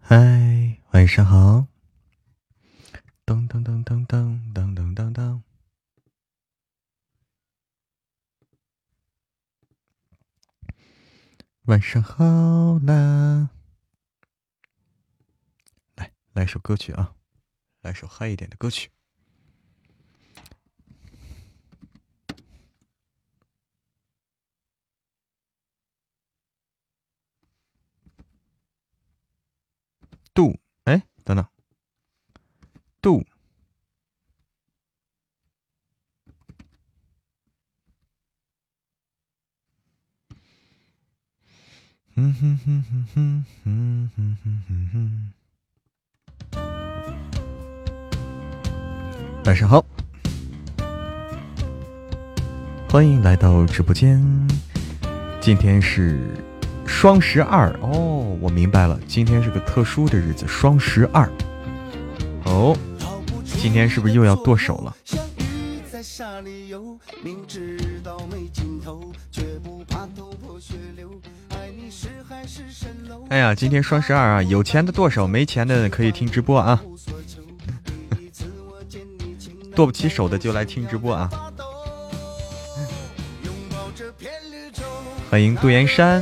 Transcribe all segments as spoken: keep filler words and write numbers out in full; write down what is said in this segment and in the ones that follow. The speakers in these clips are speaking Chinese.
嗨，晚上好。噔噔噔噔噔噔噔噔噔。晚上好啦！来，来首歌曲啊，来首嗨一点的歌曲。度，哎，等等，度。嗯哼哼哼哼哼哼哼哼哼。晚上好，欢迎来到直播间。今天是双十二哦，我明白了，今天是个特殊的日子，双十二。哦，今天是不是又要剁手了？哎呀，今天双十二啊，有钱的剁手，没钱的可以听直播啊。剁不起手的就来听直播啊。欢迎杜岩山。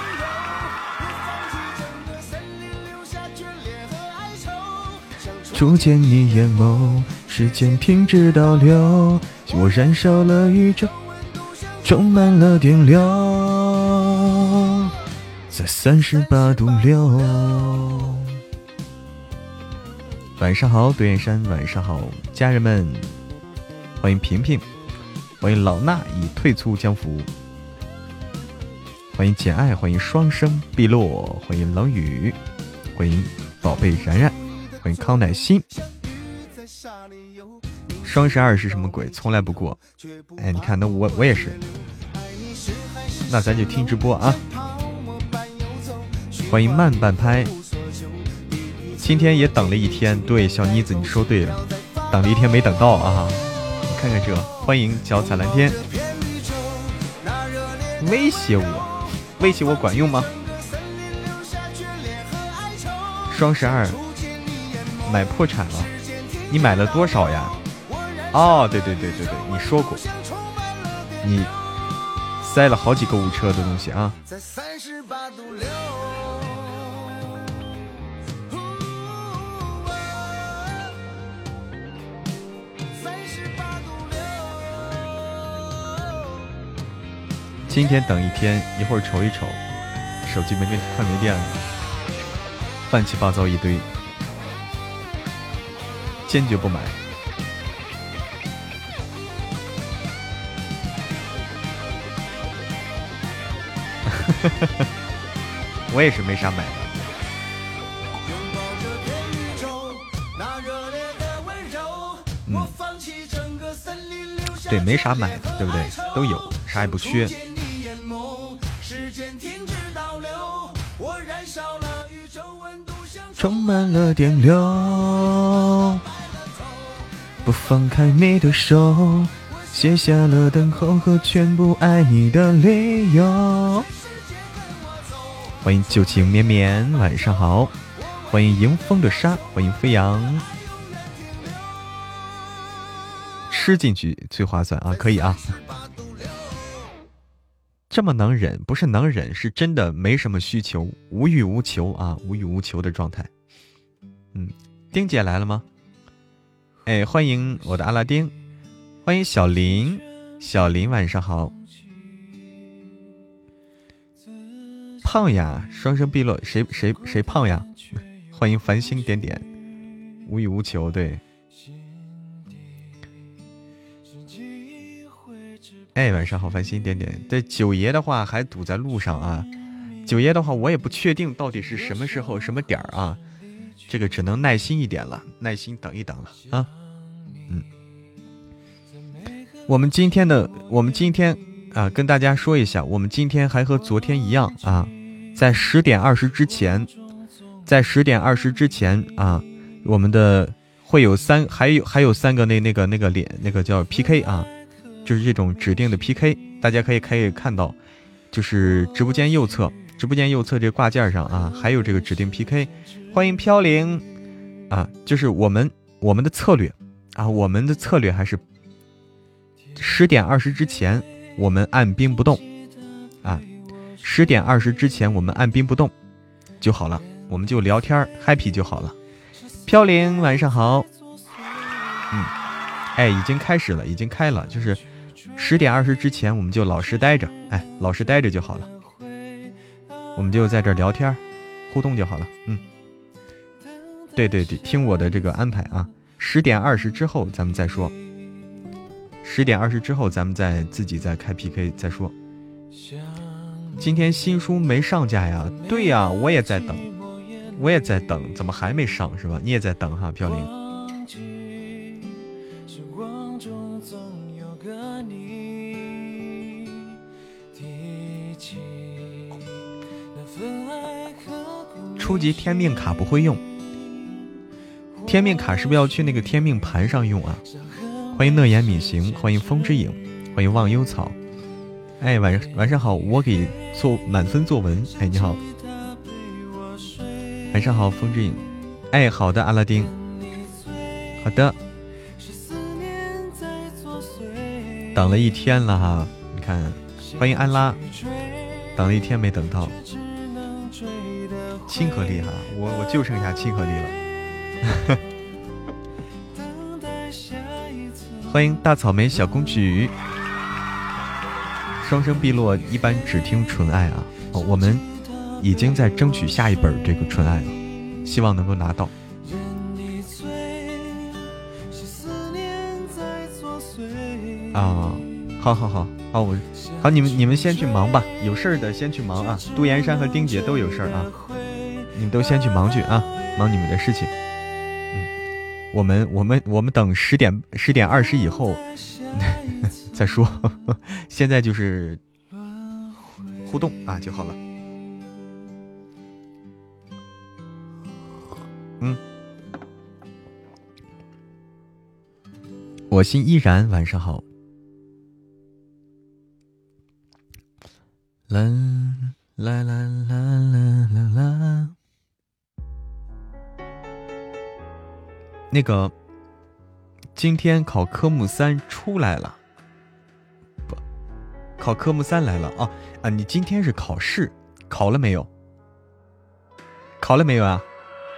初见你眼眸，时间停止倒流，我燃烧了宇宙，充满了电流，在三十八度六。晚上好，杜岩山，晚上好，家人们，欢迎平平，欢迎老衲已退出江湖，欢迎简爱，欢迎双生碧落，欢迎冷雨，欢迎宝贝冉冉，欢迎康乃馨。双十二是什么鬼？从来不过。哎，你看，那我我也是。那咱就听直播啊！欢迎慢半拍。今天也等了一天，对，小妮子你说对了，等了一天没等到啊！你看看这，欢迎脚踩蓝天。威胁我，威胁我管用吗？双十二买破产了，你买了多少呀？哦，对对对对对，你说过，你塞了好几购物车的东西啊。今天等一天，一会儿瞅一瞅，手机没电，快没电了，乱七八糟一堆，坚决不买。我也是没啥买的。嗯，对，没啥买的，对不对？都有，啥也不缺。充满了电流，不放开你的手，写下了等候和全部爱你的理由。欢迎旧情绵绵，晚上好。欢迎迎风的沙，欢迎飞扬。吃进去最划算啊，可以啊。这么能忍，不是能忍，是真的没什么需求，无欲无求啊，无欲无求的状态。嗯，丁姐来了吗？哎，欢迎我的阿拉丁，欢迎小林，小林晚上好。胖呀，双生碧落，谁谁谁胖呀？欢迎繁星点点，无欲无求，对。哎，晚上好，繁星点点。对，九爷的话还堵在路上啊。九爷的话，我也不确定到底是什么时候、什么点儿啊。这个只能耐心一点了，耐心等一等了啊。嗯，我们今天的，我们今天啊，跟大家说一下，我们今天还和昨天一样啊，在十点二十之前，在十点二十之前啊，我们的会有三，还有还有三个那那个那个脸那个叫 P K 啊。就是这种指定的 P K， 大家可以可以看到，就是直播间右侧直播间右侧这个挂件上啊，还有这个指定 P K， 欢迎飘零啊，就是我们我们的策略啊，我们的策略还是十点二十之前我们按兵不动啊，十点二十之前我们按兵不动就好了，我们就聊天 happy 就好了。飘零晚上好，嗯，哎，已经开始了，已经开了，就是十点二十之前我们就老实待着，哎，老实待着就好了，我们就在这聊天互动就好了。嗯，对对对，听我的这个安排啊，十点二十之后咱们再说，十点二十之后咱们再自己再开 P K 再说。今天新书没上架呀？对呀，我也在等，我也在等，怎么还没上是吧？你也在等哈，飘零。初级天命卡不会用，天命卡是不是要去那个天命盘上用啊？欢迎乐言敏行，欢迎风之影，欢迎忘忧草。哎，晚晚上好，我给做满分作文。哎，你好，晚上好，风之影。哎，好的，阿拉丁。好的。等了一天了哈，你看，欢迎安拉，等了一天没等到。亲和力哈，我我就剩下亲和力了。欢迎大草莓小公举。双生碧落一般只听纯爱啊、哦，我们已经在争取下一本这个纯爱了，希望能够拿到。啊，好好好，好我好你们你们先去忙吧，有事的先去忙啊。杜岩山和丁姐都有事啊，你们都先去忙去啊，忙你们的事情。嗯，我们我们我们等十点十点二十以后。再说，现在就是互动啊就好了。嗯，我心依然，晚上好。啦啦啦啦啦啦啦。那个，今天考科目三出来了。考科目三来了啊啊！你今天是考试，考了没有？考了没有啊？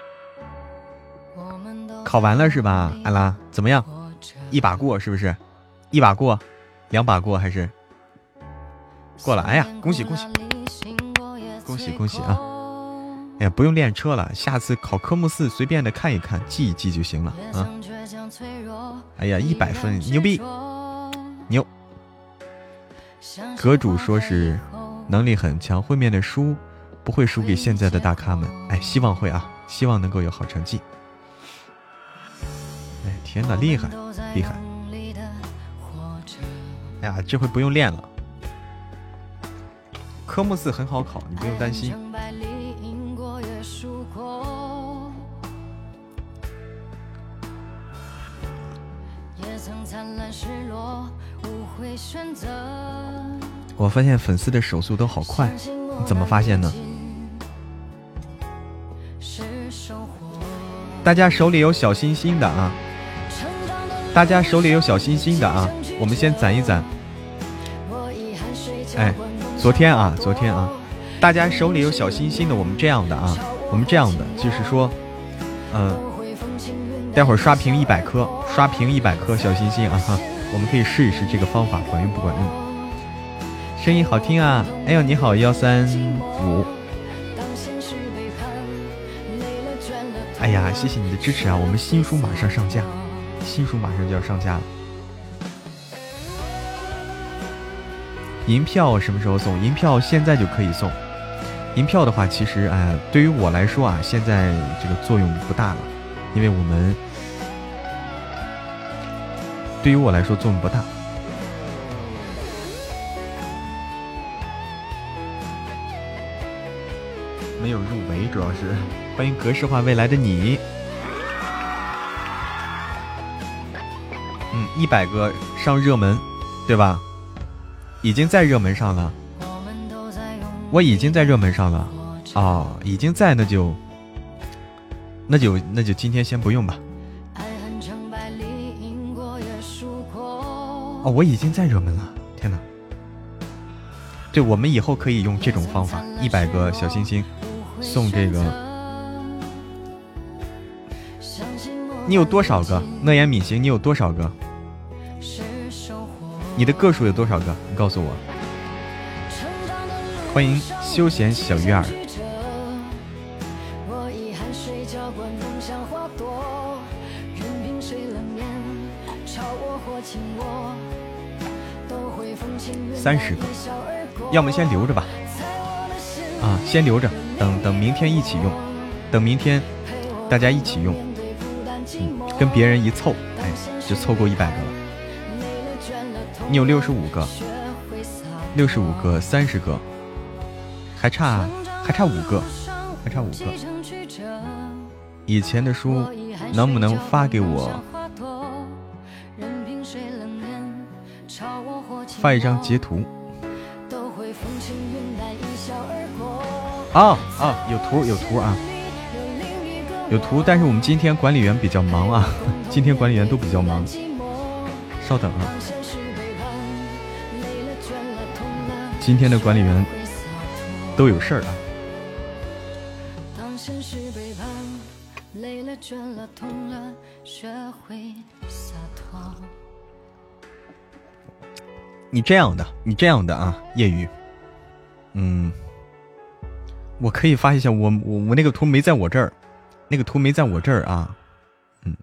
考完了是吧？安拉怎么样？一把过是不是？一把过，两把过还是过了？哎呀，恭喜恭喜，恭喜恭喜啊！哎呀，不用练车了，下次考科目四随便的看一看，记一记就行了啊！哎呀，一百分，牛逼，牛！阁主说是能力很强，会面的输不会输给现在的大咖们。哎，希望会啊，希望能够有好成绩。哎，天哪，厉害厉害！哎呀，这回不用练了，科目四很好考，你不用担心。我发现粉丝的手速都好快，你怎么发现呢？大家手里有小心心的啊，大家手里有小心心的啊，我们先攒一攒。哎，昨天啊，昨天啊，大家手里有小心心的，我们这样的啊，我们这样的就是说，嗯、呃，待会儿刷屏一百颗，刷屏一百颗小心心啊哈，我们可以试一试这个方法管用不管用。声音好听啊！哎呦，你好幺三五。哎呀，谢谢你的支持啊！我们新书马上上架，新书马上就要上架了。银票什么时候送？银票现在就可以送。银票的话，其实哎、呃，对于我来说啊，现在这个作用不大了，因为我们对于我来说作用不大。没有入围，主要是欢迎格式化未来的你。嗯，一百个上热门，对吧？已经在热门上了。 我已经在热门上了哦，已经在，那就那就那就今天先不用吧。哦，我已经在热门了，天哪！对，我们以后可以用这种方法，一百个小星星送这个。你有多少个？乐言敏行，你有多少个？你的个数有多少个？你告诉我。欢迎休闲小鱼儿。三十个，要么先留着吧。啊，先留着，等等明天一起用，等明天大家一起用，嗯，跟别人一凑，哎，就凑够一百个了。你有六十五个，六十五个，三十个，还差还差五个，还差五个。以前的书能不能发给我？发一张截图。啊啊，有图有图啊，有图，但是我们今天管理员比较忙啊，今天管理员都比较忙，稍等啊。今天的管理员都有事儿啊。你这样的，你这样的啊，业余，嗯，我可以发一下，我我我那个图没在我这儿，那个图没在我这儿啊，嗯，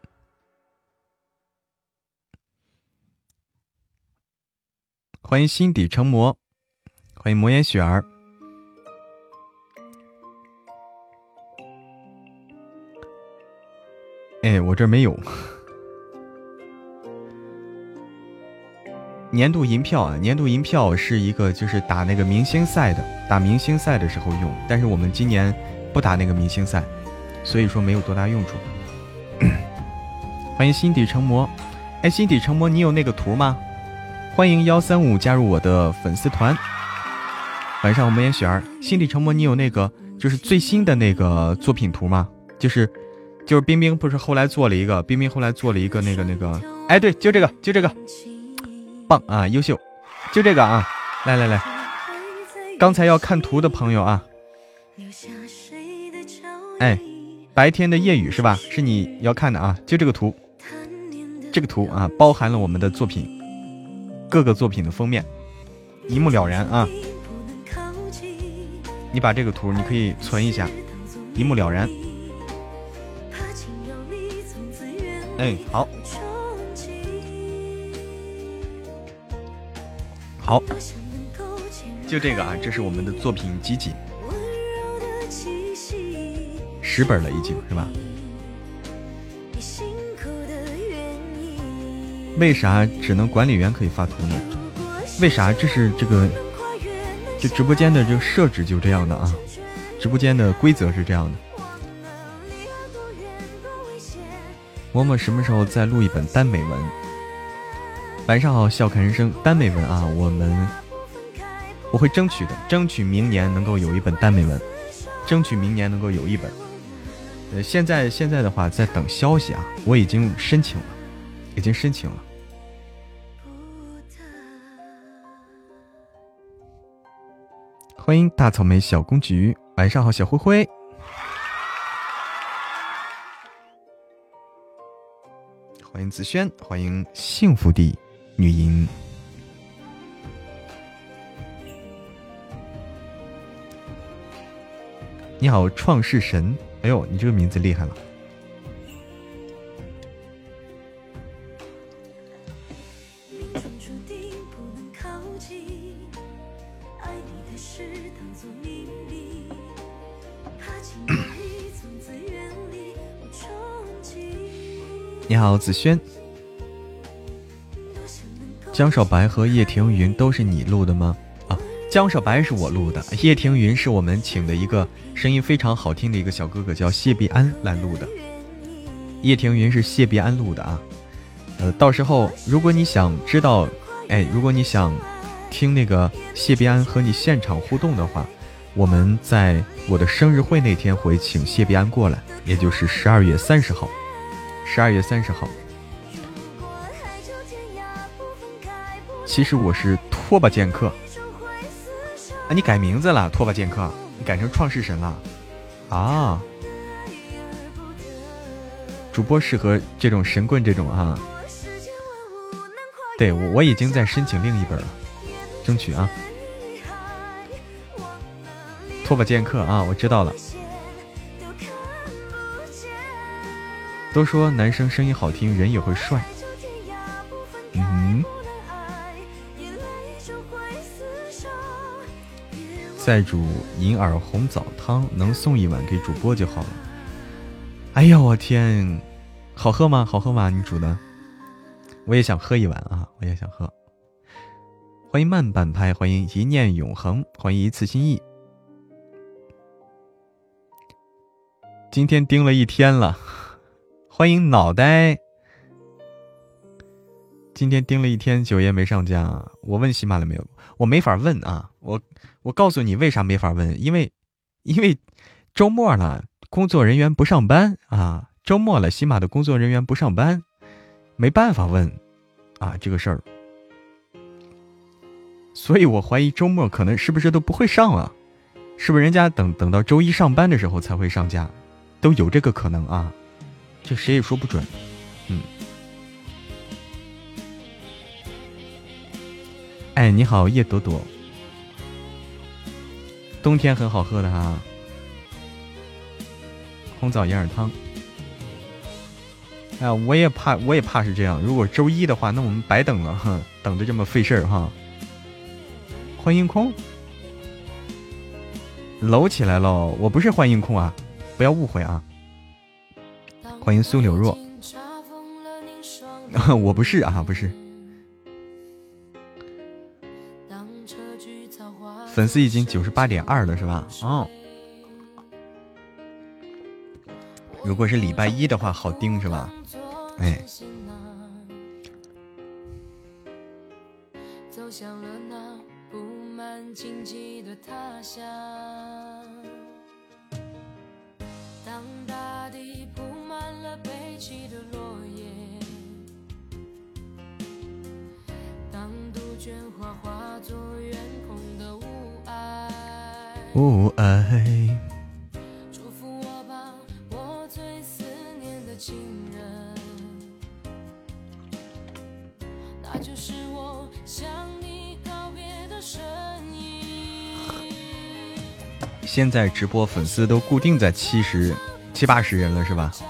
欢迎心底成魔，欢迎魔岩雪儿，哎，我这儿没有。年度银票啊，年度银票是一个就是打那个明星赛的，打明星赛的时候用，但是我们今年不打那个明星赛，所以说没有多大用处。欢迎心底成魔，哎，心底成魔，你有那个图吗？欢迎幺三五加入我的粉丝团。晚上我们也雪儿，心底成魔，你有那个就是最新的那个作品图吗？就是就是冰冰不是后来做了一个，冰冰后来做了一个那个那个，哎，对，就这个，就这个。棒啊，优秀，就这个啊，来来来，刚才要看图的朋友啊，哎，白天的夜雨是吧？是你要看的啊，就这个图，这个图啊，包含了我们的作品，各个作品的封面，一目了然啊。你把这个图你可以存一下，一目了然。哎，好。好，就这个啊，这是我们的作品集锦，十本了已经是吧？为啥只能管理员可以发图呢？为啥？这是这个这直播间的这个设置就这样的啊，直播间的规则是这样的。嬷嬷什么时候再录一本耽美文？晚上好，笑看人生耽美文啊，我们我会争取的，争取明年能够有一本耽美文，争取明年能够有一本。呃，现在现在的话在等消息啊，我已经申请了，已经申请了。欢迎大草莓小公举，晚上好，小灰灰。欢迎子轩，欢迎幸福的女银。你好，创世神。哎呦，你这个名字厉害了。你好，子轩。江少白和叶庭云都是你录的吗？啊，江少白是我录的，叶庭云是我们请的一个声音非常好听的一个小哥哥，叫谢必安来录的。叶庭云是谢必安录的啊。呃，到时候如果你想知道，哎，如果你想听那个谢必安和你现场互动的话， 我们在我的生日会那天会请谢必安过来，也就是十二月三十号。十二月三十号。其实我是拓跋剑客。啊，你改名字了，拓跋剑客，你改成创世神了。啊，主播适合这种神棍这种啊。对，我我已经在申请另一本了，争取啊。拓跋剑客啊，我知道了。都说男生声音好听，人也会帅。嗯哼。再煮银耳红枣汤，能送一碗给主播就好了。哎呀，我天，好喝吗？好喝吗？你煮的，我也想喝一碗啊！我也想喝。欢迎慢半拍，欢迎一念永恒，欢迎一次心意。今天盯了一天了，欢迎脑袋。今天盯了一天，九爷没上架。我问喜马了没有？我没法问啊！我我告诉你为啥没法问，因为因为周末了，工作人员不上班啊！周末了，喜马的工作人员不上班，没办法问啊这个事儿。所以我怀疑周末可能是不是都不会上了，是不是人家等等到周一上班的时候才会上架，都有这个可能啊，这谁也说不准。嗯。哎，你好，叶朵朵。冬天很好喝的哈，红枣银耳汤。哎呀，我也怕，我也怕是这样。如果周一的话，那我们白等了，哼，等着这么费事儿哈。欢迎空，搂起来喽！我不是欢迎空啊，不要误会啊。欢迎苏柳若，我不是啊，不是。粉丝已经九十八点二了，是吧？哦，如果是礼拜一的话，好盯是吧？哎，走向了那布满荆棘的他乡。当大地铺满了悲泣的落叶，当杜鹃花化作远空的雾霭，雾霭。祝福我吧，我最思念的亲人，那就是我向你告别的身影。现在直播粉丝都固定在七十七八十人了，是吧？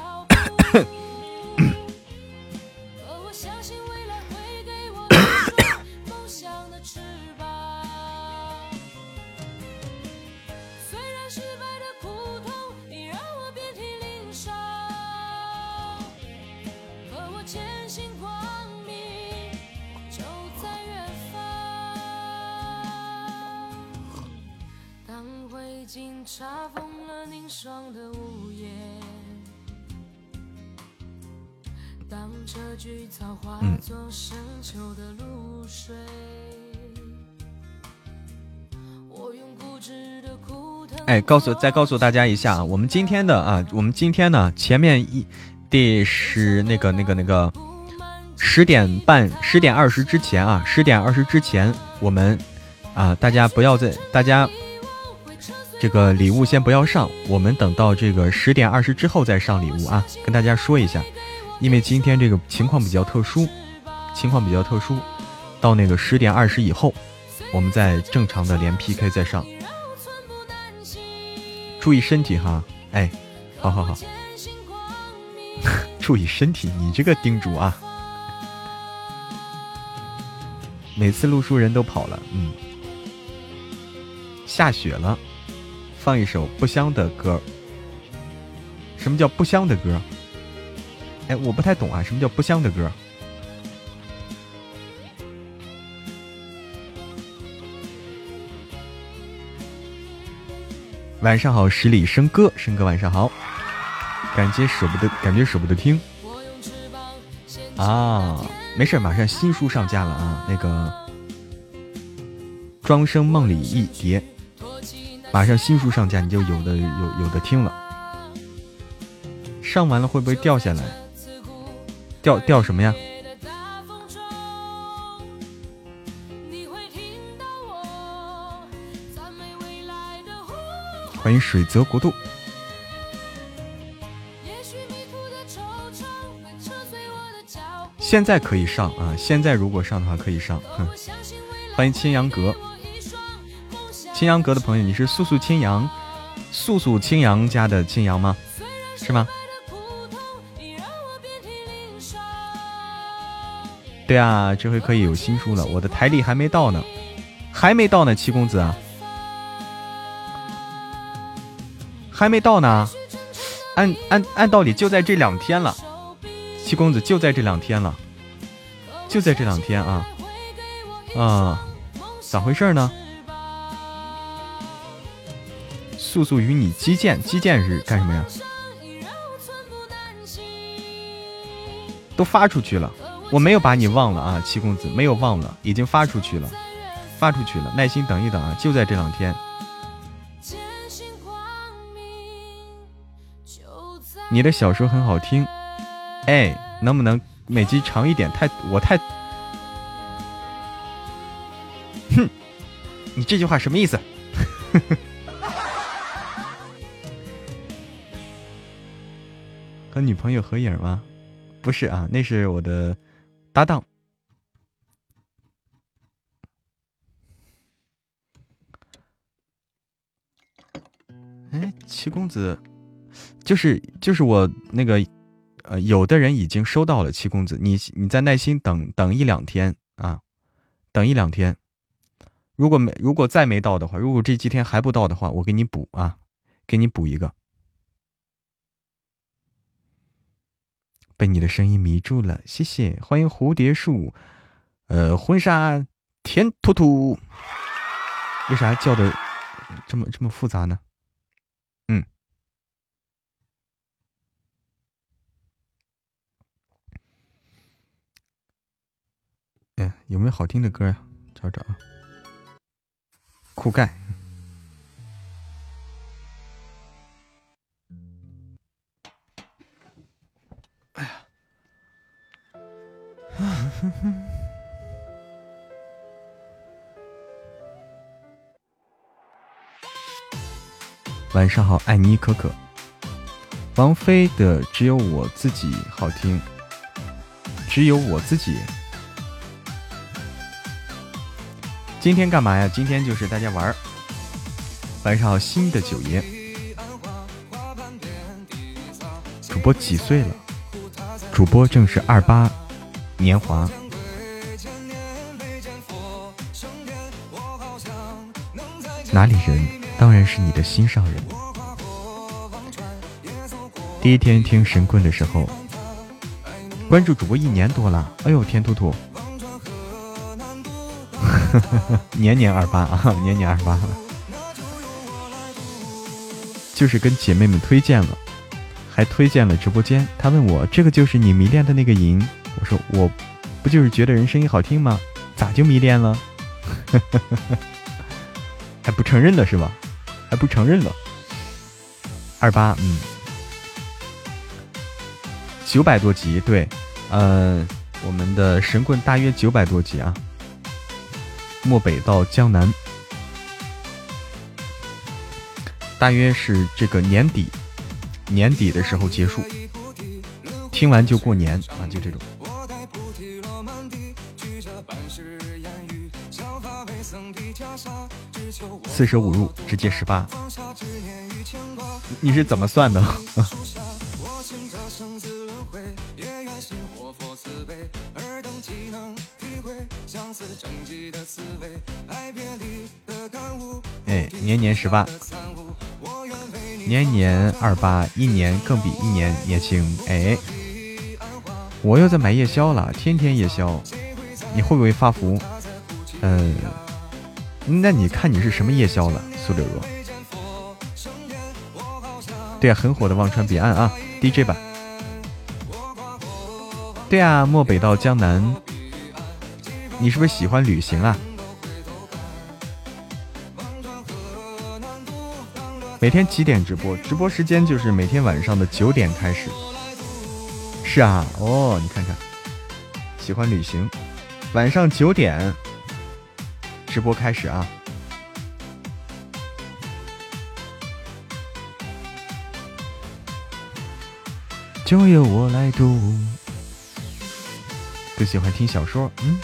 哎，告诉再告诉大家一下，我们今天的啊，我们今天呢，前面一第十那个那个那个十点半十点二十之前啊，十点二十之前，我们啊，大家不要在大家这个礼物先不要上，我们等到这个十点二十之后再上礼物啊，跟大家说一下，因为今天这个情况比较特殊，情况比较特殊，到那个十点二十以后，我们再正常的连 P K 再上。注意身体哈，哎，好好好，注意身体，你这个叮嘱啊，每次录书人都跑了，嗯，下雪了，放一首不香的歌。什么叫不香的歌？哎，我不太懂啊，什么叫不香的歌？晚上好，十里笙歌，笙歌晚上好，感觉舍不得，感觉舍不得听啊，没事，马上新书上架了啊，那个庄生梦里一蝶， 马上新书上架，你就有的有有的听了。上完了会不会掉下来？掉掉什么呀？欢迎水泽国度。现在可以上啊！现在如果上的话可以上。哼，欢迎青阳阁。青阳阁的朋友，你是素素青阳，素素青阳家的青阳吗？是吗？对啊，这回可以有新书了。我的台历还没到呢，还没到呢，七公子啊，还没到呢。按按按道理就在这两天了，七公子就在这两天了，就在这两天啊啊，咋回事呢？速速与你击剑，击剑是干什么呀？都发出去了。我没有把你忘了啊，七公子没有忘了，已经发出去了，发出去了，耐心等一等啊，就在这两天。你的小说很好听，哎，能不能每集长一点？太我太，哼，你这句话什么意思？和女朋友合影吗？不是啊，那是我的搭档。哎，七公子，就是就是我那个呃，有的人已经收到了，七公子，你你再耐心等等一两天啊，等一两天。如果没如果再没到的话，如果这几天还不到的话，我给你补啊，给你补一个。被你的声音迷住了，谢谢，欢迎蝴蝶树，呃，婚纱甜兔兔，为啥叫的这么这么复杂呢？嗯，哎，有没有好听的歌呀？找找啊，酷盖。哎呀。晚上好，爱你可可。王菲的只有我自己好听，只有我自己。今天干嘛呀？今天就是大家玩。晚上好，新的九爷。主播几岁了？主播正是二八年华。哪里人？当然是你的心上人。第一天听神棍的时候，关注主播一年多了。哎呦，天兔兔，年年二八啊，年年二八，就是跟姐妹们推荐了，还推荐了直播间。他问我这个就是你迷恋的那个银，我说我不就是觉得人声音好听吗？咋就迷恋了？还不承认了是吧？还不承认了。二八，嗯，九百多集，对，呃，我们的神棍大约九百多集啊。漠北到江南，大约是这个年底，年底的时候结束。听完就过年啊，就这种。四舍五入直接十八，你是怎么算的？哎，年年十八，年年二八，一年更比一年年轻。哎，我又在买夜宵了，天天夜宵，你会不会发福？嗯。那你看你是什么夜宵了，苏柳若？对啊，很火的忘川彼岸啊 ，D J 版。对啊，漠北到江南，你是不是喜欢旅行啊？ 每天几点直播？直播时间就是每天晚上的九点开始。是啊，哦，你看看，喜欢旅行，晚上九点直播开始啊。就由我来读。就喜欢听小说，嗯。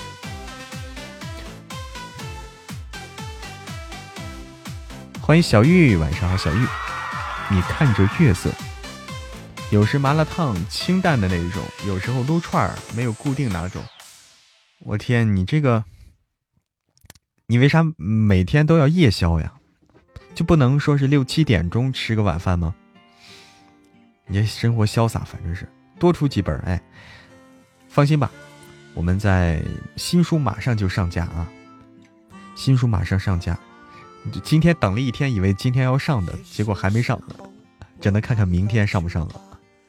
欢迎小玉，晚上好，小玉。你看着月色，有时麻辣烫清淡的那种，有时候撸串儿，没有固定哪种。我天，你这个，你为啥每天都要夜宵呀？就不能说是六七点钟吃个晚饭吗？你这生活潇洒，反正是多出几本。哎，放心吧，我们在新书马上就上架啊！新书马上上架，今天等了一天，以为今天要上的，结果还没上呢，只能看看明天上不上了。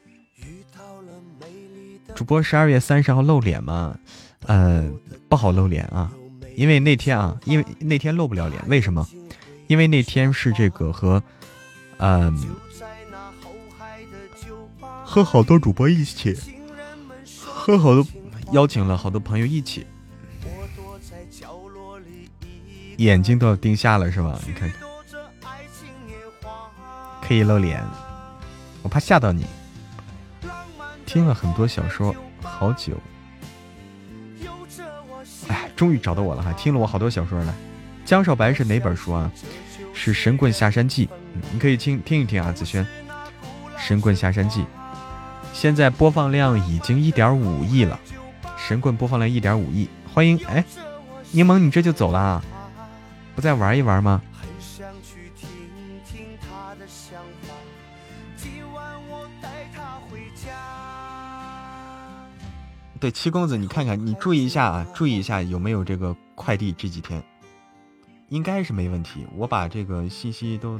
主播十二月三十号露脸吗？呃，不好露脸啊，因为那天啊，因为那天露不了脸，为什么？因为那天是这个和，嗯、呃。和好多主播一起，和好多邀请了好多朋友一起，眼睛都要盯瞎了是吧？你看看，可以露脸，我怕吓到你。听了很多小说，好久，哎，终于找到我了哈！听了我好多小说了。江少白是哪本书啊？是《神棍下山记》，嗯，你可以听听一听啊，子轩，《神棍下山记》。现在播放量已经 一点五亿了，神棍播放量 一点五亿，欢迎。哎，柠檬你这就走了啊？不再玩一玩吗？对，七公子你看看，你注意一下啊，注意一下有没有这个快递，这几天应该是没问题，我把这个信息都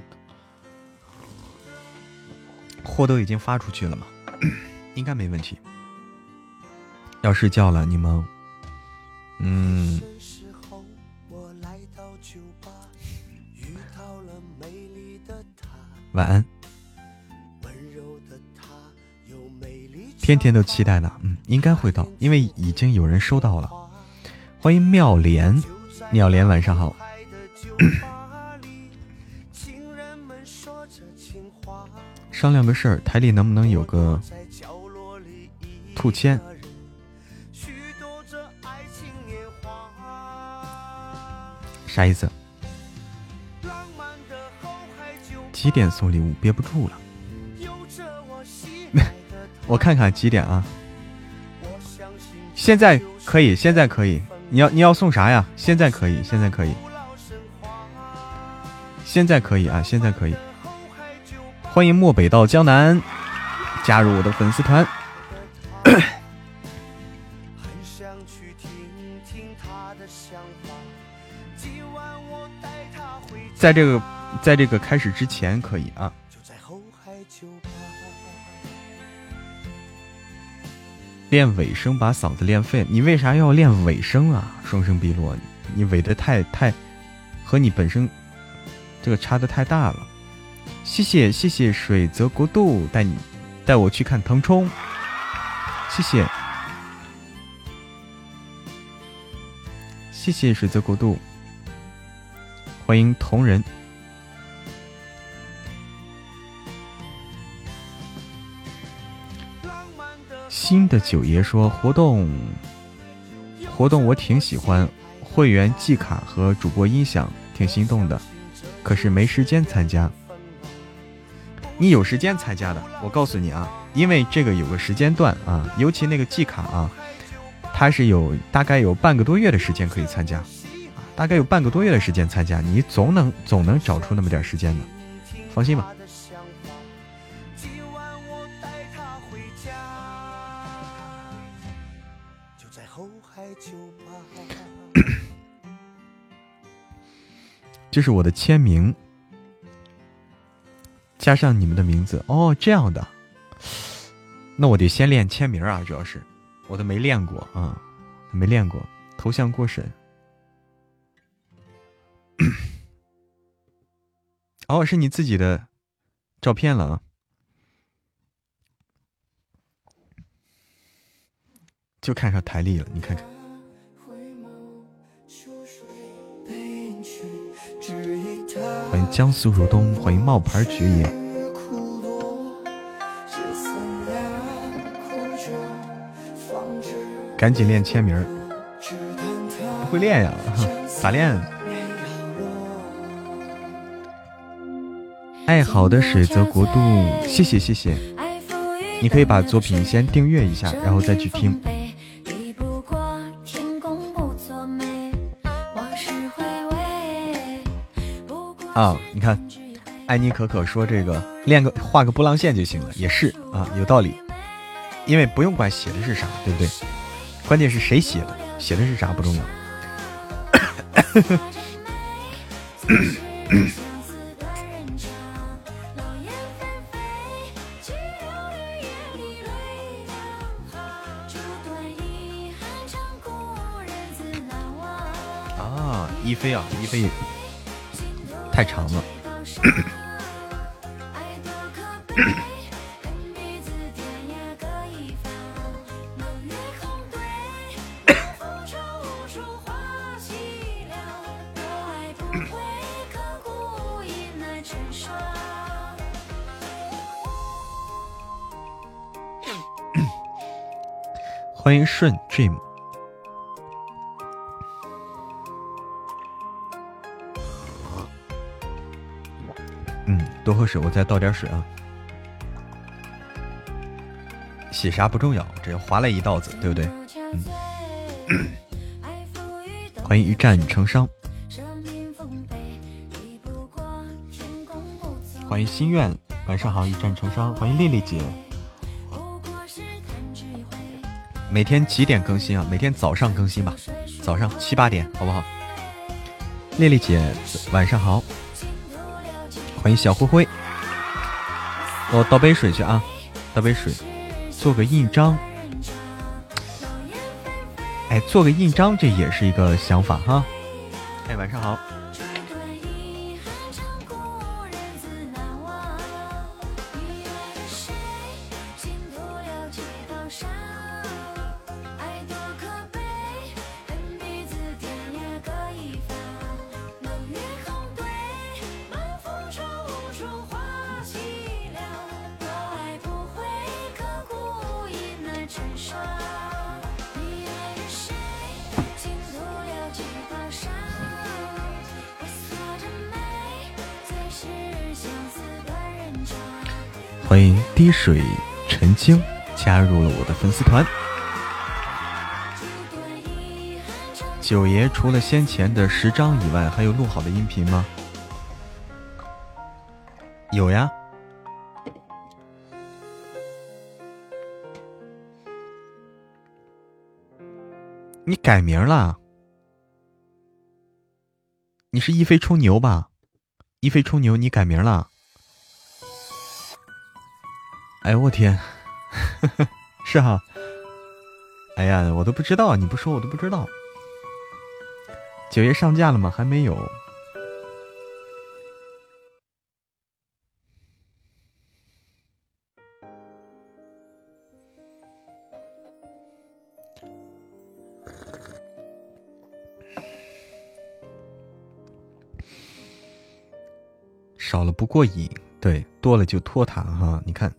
货都已经发出去了嘛，应该没问题。要睡觉了，你们，嗯，晚安。天天都期待呢，嗯，应该会到，因为已经有人收到了。欢迎妙莲，妙莲晚上好。商量个事儿，台里能不能有个兔签？啥意思？几点送礼物？憋不住了。我看看几点啊？现在可以，现在可以。你要你要送啥呀？现在可以，现在可以，现在可以啊，现在可以。欢迎漠北到江南，加入我的粉丝团。在这个在这个开始之前可以啊。练尾声把嗓子练废，你为啥要练尾声啊？双声碧落，你尾的太太和你本身这个差的太大了。谢谢谢谢水泽国度带你带我去看腾冲，谢谢谢谢水泽国度，欢迎同人。新的九爷说活动活动我挺喜欢，会员季卡和主播音响挺心动的，可是没时间参加。你有时间参加的，我告诉你啊，因为这个有个时间段啊，尤其那个季卡啊，它是有大概有半个多月的时间可以参加，大概有半个多月的时间参加，你总能总能找出那么点时间的，放心吧。这是我的签名，加上你们的名字哦，这样的，那我得先练签名啊，主要是我都没练过啊，没练过头像过审。哦，是你自己的照片了啊。就看上台历了，你看看。欢迎江苏如东，欢迎冒牌爵爷。赶紧练签名，不会练呀？咋练？爱好的水泽国度，谢谢谢谢。你可以把作品先订阅一下，然后再去听。啊，你看，艾妮可可说这个练个画个波浪线就行了，也是啊，有道理。因为不用管写的是啥，对不对？关键是谁写的，写的是啥不重要。啊，一菲啊，一菲太长了。欢迎顺 Dream。嗯，多喝水，我再倒点水啊。写啥不重要，只要划来一道子，对不对？嗯。欢迎一战成伤。欢迎心愿，晚上好，一战成伤。欢迎丽丽姐。每天几点更新啊？每天早上更新吧，早上七八点，好不好？丽丽姐，晚上好。欢迎小灰灰。我倒杯水去啊，倒杯水，做个印章。哎，做个印章这也是一个想法哈。哎，晚上好。欢迎滴水澄清加入了我的粉丝团。九爷除了先前的十张以外，还有录好的音频吗？有呀。你改名了？你是一飞冲牛吧？一飞冲牛，你改名了？哎呦我天，是哈。哎呀，我都不知道，你不说我都不知道。九月上架了吗？还没有。少了不过瘾，对，多了就拖沓哈。你看。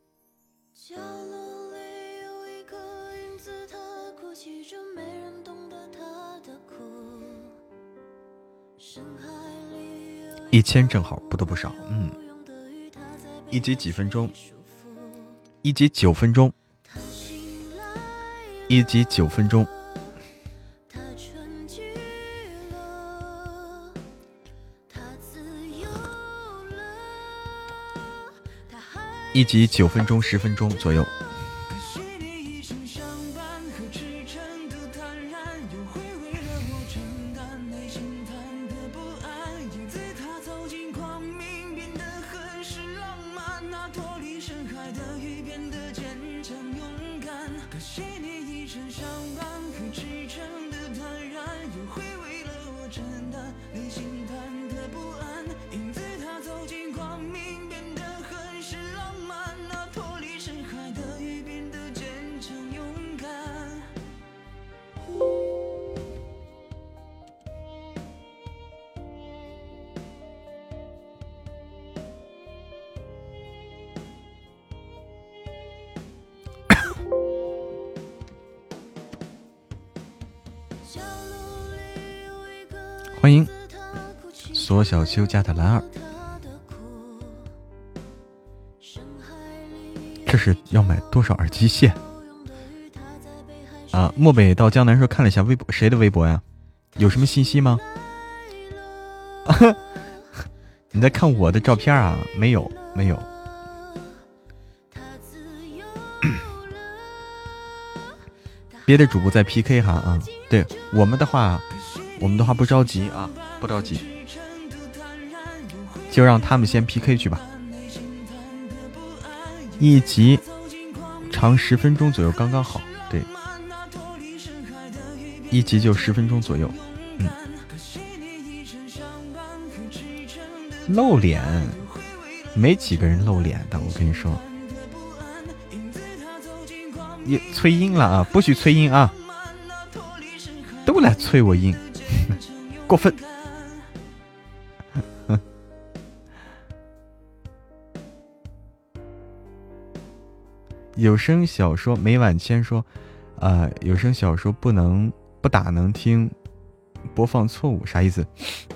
一千正好，不多不少。嗯，一集几分钟？一集九分钟。一集九分钟。一集九分钟，十分钟左右。 欢迎索小秋家的兰儿，这是要买多少耳机线啊？漠北到江南说看了一下微博，谁的微博呀？有什么信息吗？你在看我的照片啊？没有，没有。别的主播在 P K 哈啊，对我们的话，我们的话不着急啊，不着急，就让他们先 P K 去吧。一集长十分钟左右，刚刚好。对，一集就十分钟左右。嗯，露脸，没几个人露脸的，我跟你说。也催音了啊！不许催音啊！都来催我音，过分！有声小说每晚签说，啊、呃，有声小说不能不打能听，播放错误啥意思？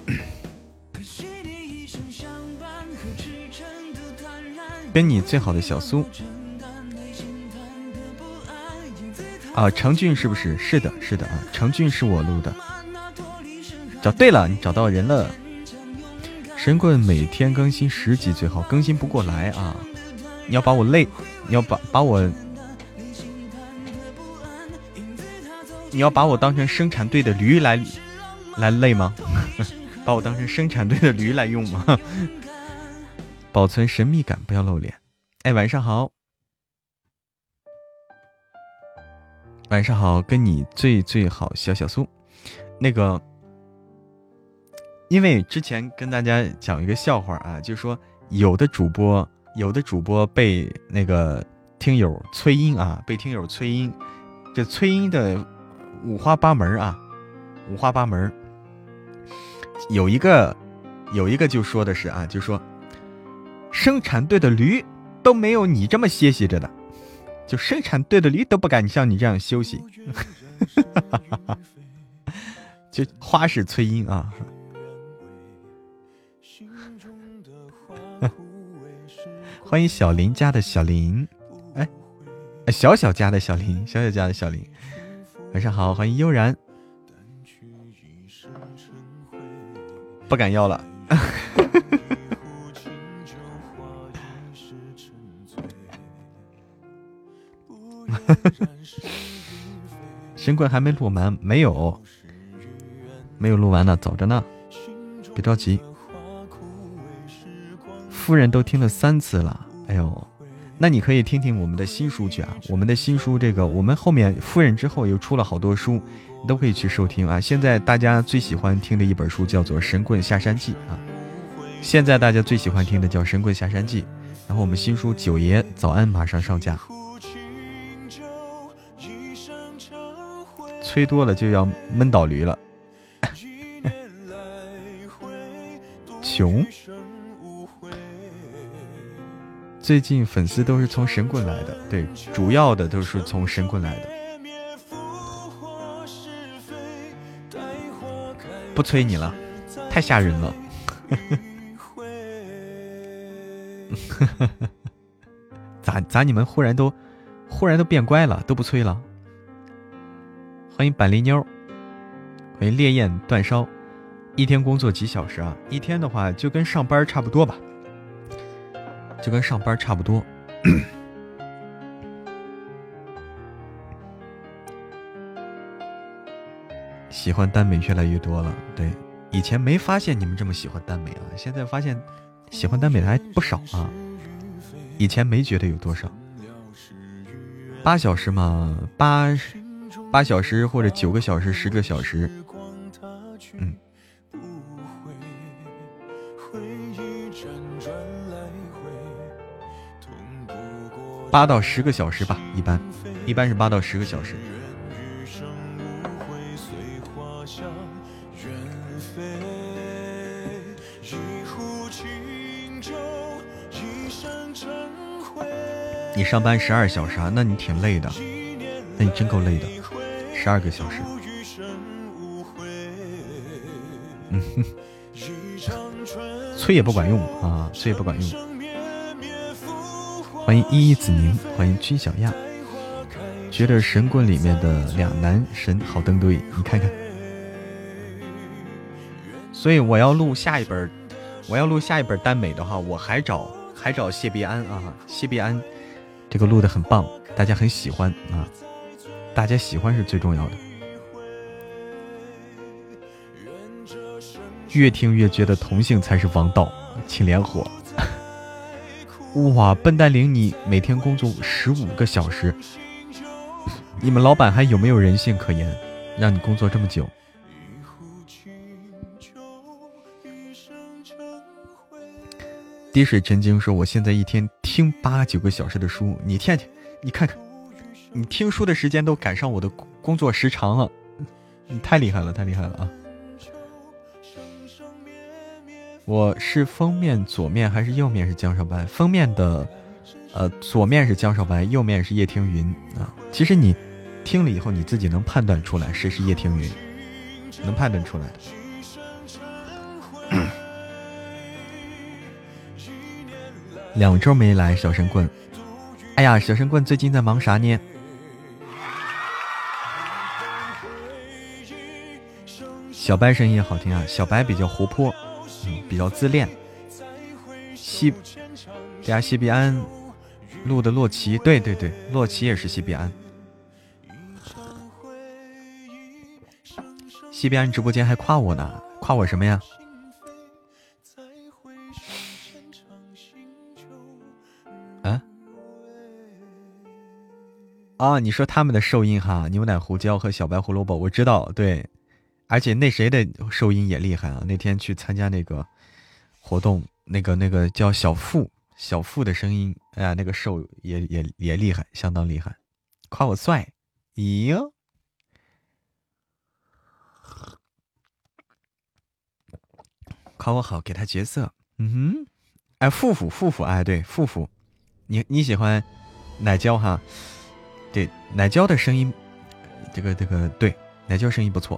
跟你最好的小苏。啊，程俊是不是？是的，是的啊，程俊是我录的。找对了，你找到人了。神棍每天更新十集最好，更新不过来啊！你要把我累，你要把把我，你要把我当成生产队的驴来来累吗？把我当成生产队的驴来用吗？保存神秘感，不要露脸。哎，晚上好。晚上好，跟你最最好，小小苏。那个，因为之前跟大家讲一个笑话啊，就是说有的主播，有的主播被那个听友催音啊，被听友催音，这催音的五花八门啊，五花八门。有一个，有一个就说的是啊，就说生产队的驴都没有你这么歇息着的。就生产队的驴都不敢像你这样休息，就花式催音啊！欢迎小林家的小林，哎，小小家的小林，小小家的小林，晚上好，欢迎悠然，不敢要了。神棍还没录完，没有，没有录完呢，走着呢，别着急。夫人都听了三次了，哎呦，那你可以听听我们的新书去啊，我们的新书，这个我们后面夫人之后又出了好多书，你都可以去收听啊。现在大家最喜欢听的一本书叫做《神棍下山记》啊，现在大家最喜欢听的叫《神棍下山记》，然后我们新书《九爷早安》马上上架。吹多了就要闷倒驴了。穷，最近粉丝都是从神棍来的，对，主要的都是从神棍来的。不催你了，太吓人了。咋咋你们忽然都忽然都变乖了，都不催了？欢迎板栗妞，欢迎烈焰断烧。一天工作几小时啊？一天的话就跟上班差不多吧，就跟上班差不多。喜欢耽美越来越多了，对，以前没发现你们这么喜欢耽美啊，现在发现喜欢耽美的还不少啊。以前没觉得有多少，八小时嘛，八八小时或者九个小时、十个小时，嗯。八到十个小时吧，一般，一般是八到十个小时。你上班十二小时啊？那你挺累的，那你真够累的，十二个小时。 嗯哼，催也不管用啊，催也不管用。欢迎依依子宁，欢迎君小亚。觉得神棍里面的两男神好登对，你看看。所以我要录下一本，我要录下一本耽美的话，我还找还找谢必安啊，谢必安这个录的很棒，大家很喜欢啊，大家喜欢是最重要的。越听越觉得同性才是王道，请连火。哇，笨蛋玲，你每天工作十五个小时，你们老板还有没有人性可言，让你工作这么久？滴水成金说，我现在一天听八九个小时的书，你天天，你看看，你听书的时间都赶上我的工作时长了，你太厉害了，太厉害了啊！我是封面左面还是右面是江少白？封面的，呃，左面是江少白，右面是叶听云啊。其实你听了以后，你自己能判断出来谁是叶听云，能判断出来的。两周没来，小神棍。哎呀，小神棍最近在忙啥呢？小白声音也好听啊，小白比较活泼。嗯，比较自恋。西，对啊，西必安录的洛奇，对对对，洛奇也是西必安。西必安直播间还夸我呢，夸我什么呀？啊？啊，你说他们的收音哈，牛奶胡椒和小白胡萝卜，我知道，对。而且那谁的收音也厉害啊！那天去参加那个活动，那个那个叫小付，小付的声音，哎呀，那个收也也也厉害，相当厉害，夸我帅，咦哟，夸我好，给他角色，嗯哼，哎，付付付付，哎，对，付付，你你喜欢奶椒哈？对，奶椒的声音，这个这个对，奶椒声音不错。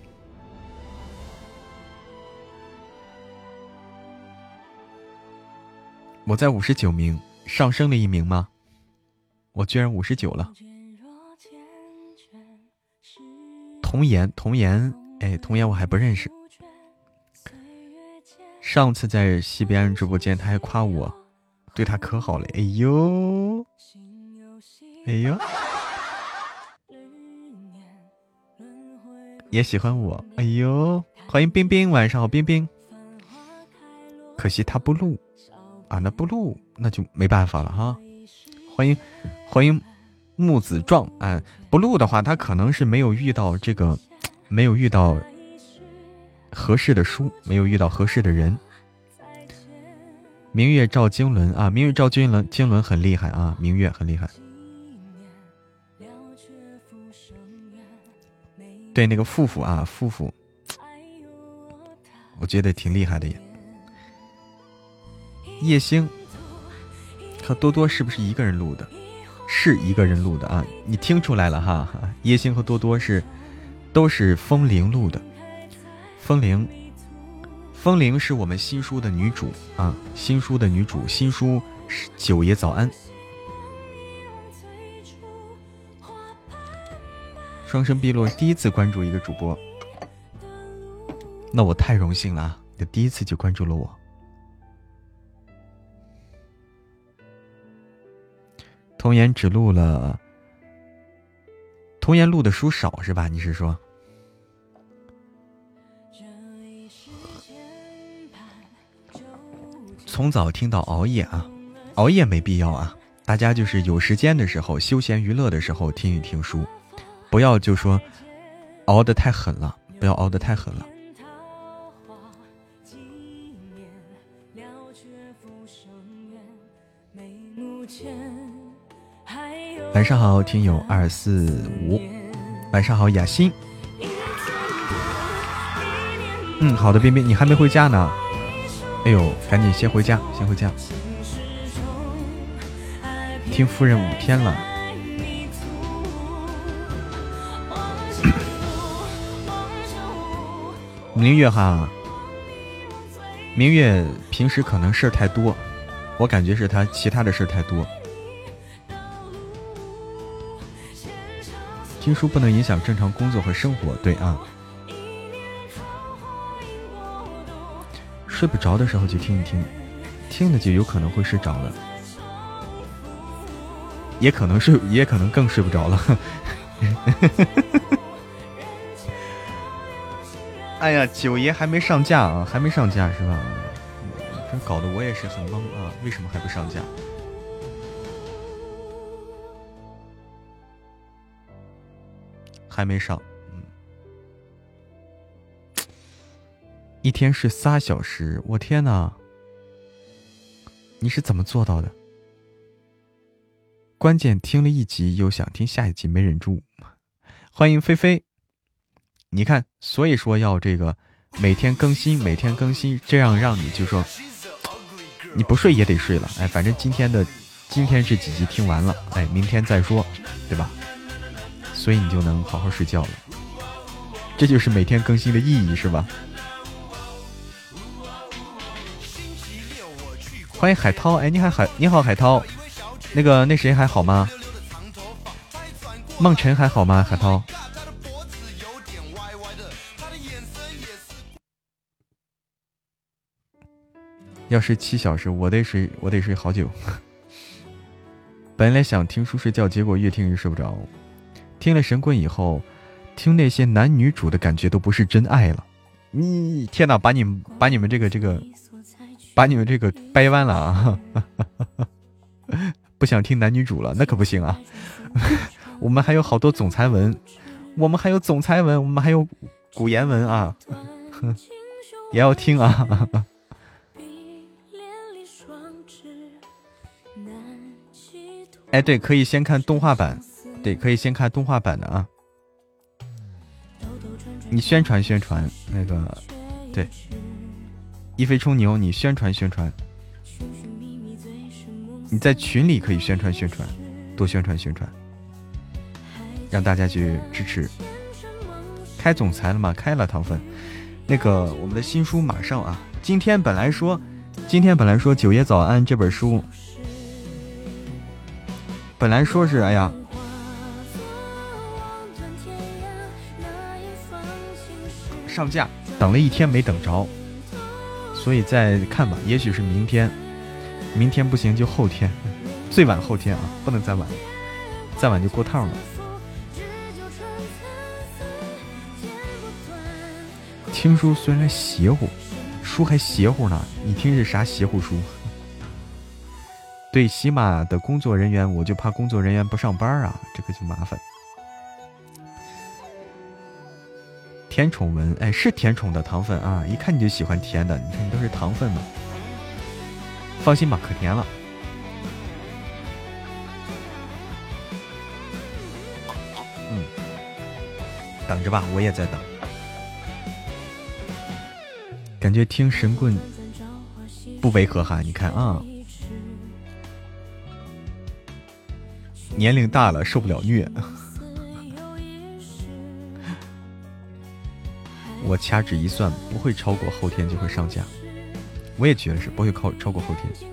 我在五十九名，上升了一名吗？我居然五十九了。童颜，童颜，哎，童颜我还不认识。上次在西边人直播间，他还夸我，对他可好了。哎呦，哎呦，也喜欢我。哎呦，欢迎冰冰，晚上好，冰冰。可惜他不录。啊，那不录那就没办法了哈。欢迎欢迎木子壮啊，不录的话，他可能是没有遇到这个，没有遇到合适的书，没有遇到合适的人。明月照经纶啊，明月照经纶，经纶很厉害啊，明月很厉害。对，那个富富啊，富富，我觉得挺厉害的也。叶星和多多是不是一个人录的？是一个人录的啊，你听出来了哈。叶星和多多是都是风铃录的。风铃，风铃是我们新书的女主啊，新书的女主，新书九爷早安。双生碧落第一次关注一个主播，那我太荣幸了啊！你第一次就关注了我。童颜只录了，童颜录的书少是吧？你是说？从早听到熬夜啊，熬夜没必要啊，大家就是有时间的时候，休闲娱乐的时候听一听书，不要就说熬得太狠了，不要熬得太狠了。晚上好，听友二四五。晚上好，雅欣。嗯，好的，边边，你还没回家呢。哎呦，赶紧先回家，先回家。听夫人五天了。明月哈， 明月平时可能事儿太多，我感觉是他其他的事儿太多。听书不能影响正常工作和生活，对啊。睡不着的时候就听一听，听了就有可能会睡着了，也可能睡，也可能更睡不着了。哎呀，九爷还没上架啊，还没上架是吧？这搞得我也是很懵啊，为什么还不上架？还没上，嗯，一天是仨小时，我天哪！你是怎么做到的？关键听了一集又想听下一集，没忍住。欢迎菲菲。你看，所以说要这个每天更新，每天更新，这样让你就说你不睡也得睡了。哎，反正今天的今天这几集听完了，哎，明天再说，对吧？所以你就能好好睡觉了。这就是每天更新的意义，是吧？欢迎海涛，哎，你好海，你好海涛，那个那谁还好吗？梦辰还好吗？海涛。要睡七小时，我得睡，我得睡好久。本来想听书睡觉，结果越听越睡不着。听了神棍以后，听那些男女主的感觉都不是真爱了。你天哪，把你们把你们这个这个，把你们这个掰弯了啊！不想听男女主了，那可不行啊！我们还有好多总裁文，我们还有总裁文，我们还有古言文啊，也要听啊！哎，对，可以先看动画版，对，可以先看动画版的啊。你宣传宣传那个，对，一飞冲牛，你宣传宣传。你在群里可以宣传宣传，多宣传宣传，让大家去支持。开总裁了吗？开了，糖粉。那个我们的新书马上啊，今天本来说，今天本来说《九爷早安》这本书。本来说是哎呀，上架，等了一天没等着，所以再看吧，也许是明天，明天不行就后天，最晚后天啊，不能再晚，再晚就过套了。听书虽然邪乎，书还邪乎呢，你听是啥邪乎书？对喜马的工作人员，我就怕工作人员不上班啊，这个就麻烦。甜宠文，哎，是甜宠的糖粉啊，一看你就喜欢甜的，你看你都是糖分嘛。放心吧，可甜了。嗯，等着吧，我也在等。感觉听神棍不违和哈，你看啊。年龄大了受不了虐，我掐指一算，不会超过后天就会上架。我也觉得是不会超超过后天。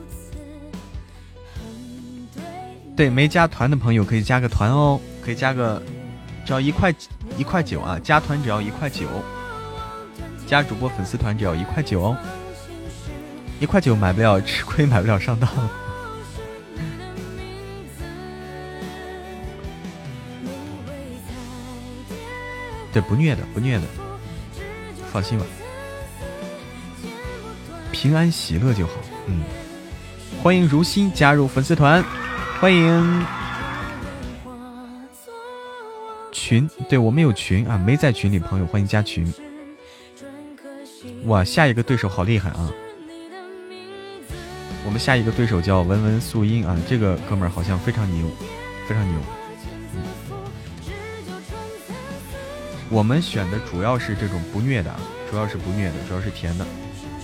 对，没加团的朋友可以加个团哦，可以加个，只要一块一块九啊，加团只要一块九，加主播粉丝团只要一块九哦，一块九买不了吃亏，买不了上当。对，不虐的，不虐的，放心吧，平安喜乐就好。嗯，欢迎如新加入粉丝团，欢迎群，对我们有群啊，没在群里朋友欢迎加群。哇，下一个对手好厉害啊！我们下一个对手叫文文素音啊，这个哥们儿好像非常牛，非常牛。我们选的主要是这种不虐的，主要是不虐的，主要是甜的。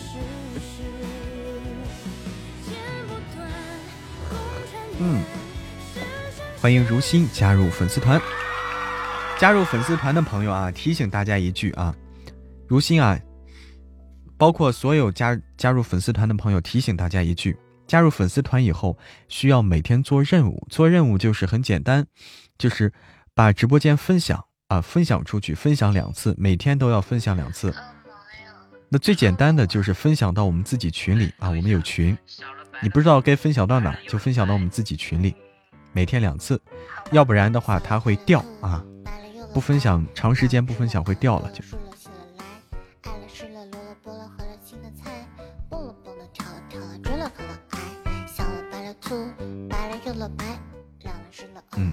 嗯，欢迎如新加入粉丝团。加入粉丝团的朋友啊，提醒大家一句啊，如新啊， 包括所有加加入粉丝团的朋友，提醒大家一句：加入粉丝团以后，需要每天做任务。做任务就是很简单，就是把直播间分享啊，分享出去，分享两次，每天都要分享两次。那最简单的就是分享到我们自己群里啊，我们有群，你不知道该分享到哪，就分享到我们自己群里，每天两次，要不然的话它会掉啊，不分享长时间不分享会掉了就。嗯，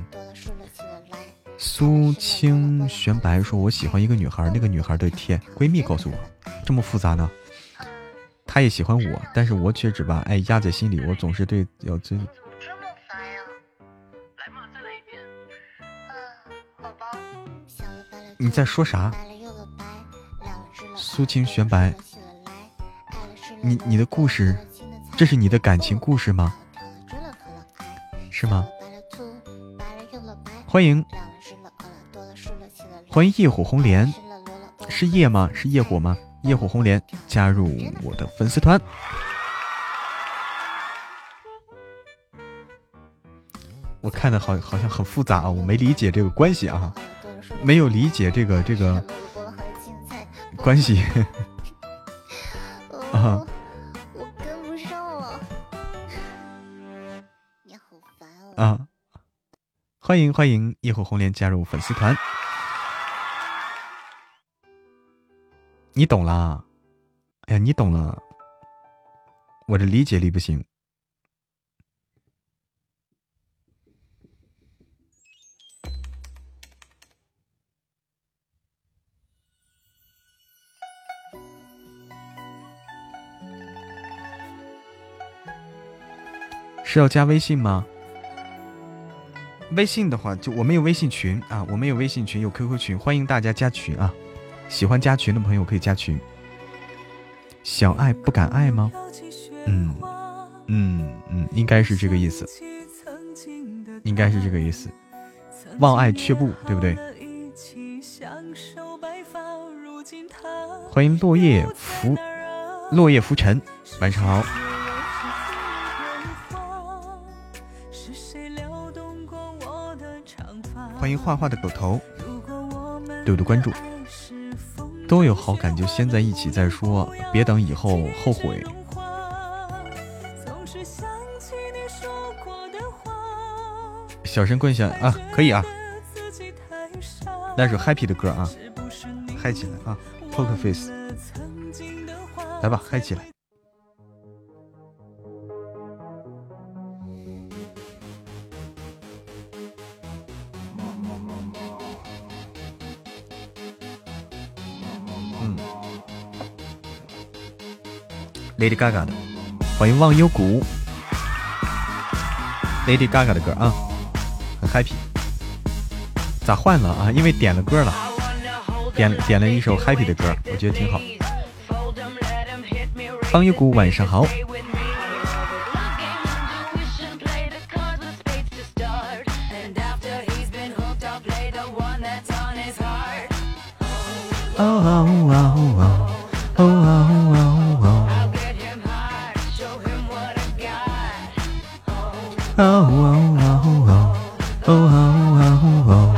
苏清玄白说：“我喜欢一个女孩，那个女孩的天闺蜜告诉我，这么复杂呢？她也喜欢我，但是我却只把爱压在心里，我总是对要最……这么烦呀！来嘛，再来一遍。嗯，好吧。你在说啥？苏清玄白，你你的故事，这是你的感情故事吗？是吗？欢迎。”欢迎夜火红莲，是夜吗？是夜火吗？夜火红莲加入我的粉丝团。我看的好好像很复杂啊，我没理解这个关系啊，没有理解这个这个关系啊。我跟不上了，你好烦哦。啊，欢迎欢迎夜火红莲加入粉丝团。你懂啦，哎呀，你懂了，我的理解力不行。是要加微信吗？微信的话，就我们有微信群啊，我们有微信群，有 Q Q 群，欢迎大家加群啊。喜欢加群的朋友可以加群。想爱不敢爱吗？嗯嗯嗯，应该是这个意思，应该是这个意思。忘爱却步，对不对？欢迎落叶浮落叶浮尘，晚上好。欢迎画画的狗头，对我的关注。都有好感就先在一起再说，别等以后后悔。小神棍想啊，可以啊，那首 happy 的歌啊，嗨起来啊 ，poker face， 来吧，嗨起来。Lady Gaga 的，欢迎忘忧谷。Lady Gaga 的歌啊，很 happy。咋换了啊？因为点了歌了，点点了一首 happy 的歌，我觉得挺好。忘忧谷晚上好。哦哦哦哦哦哦哦哦。哦哦哦哦哦哦！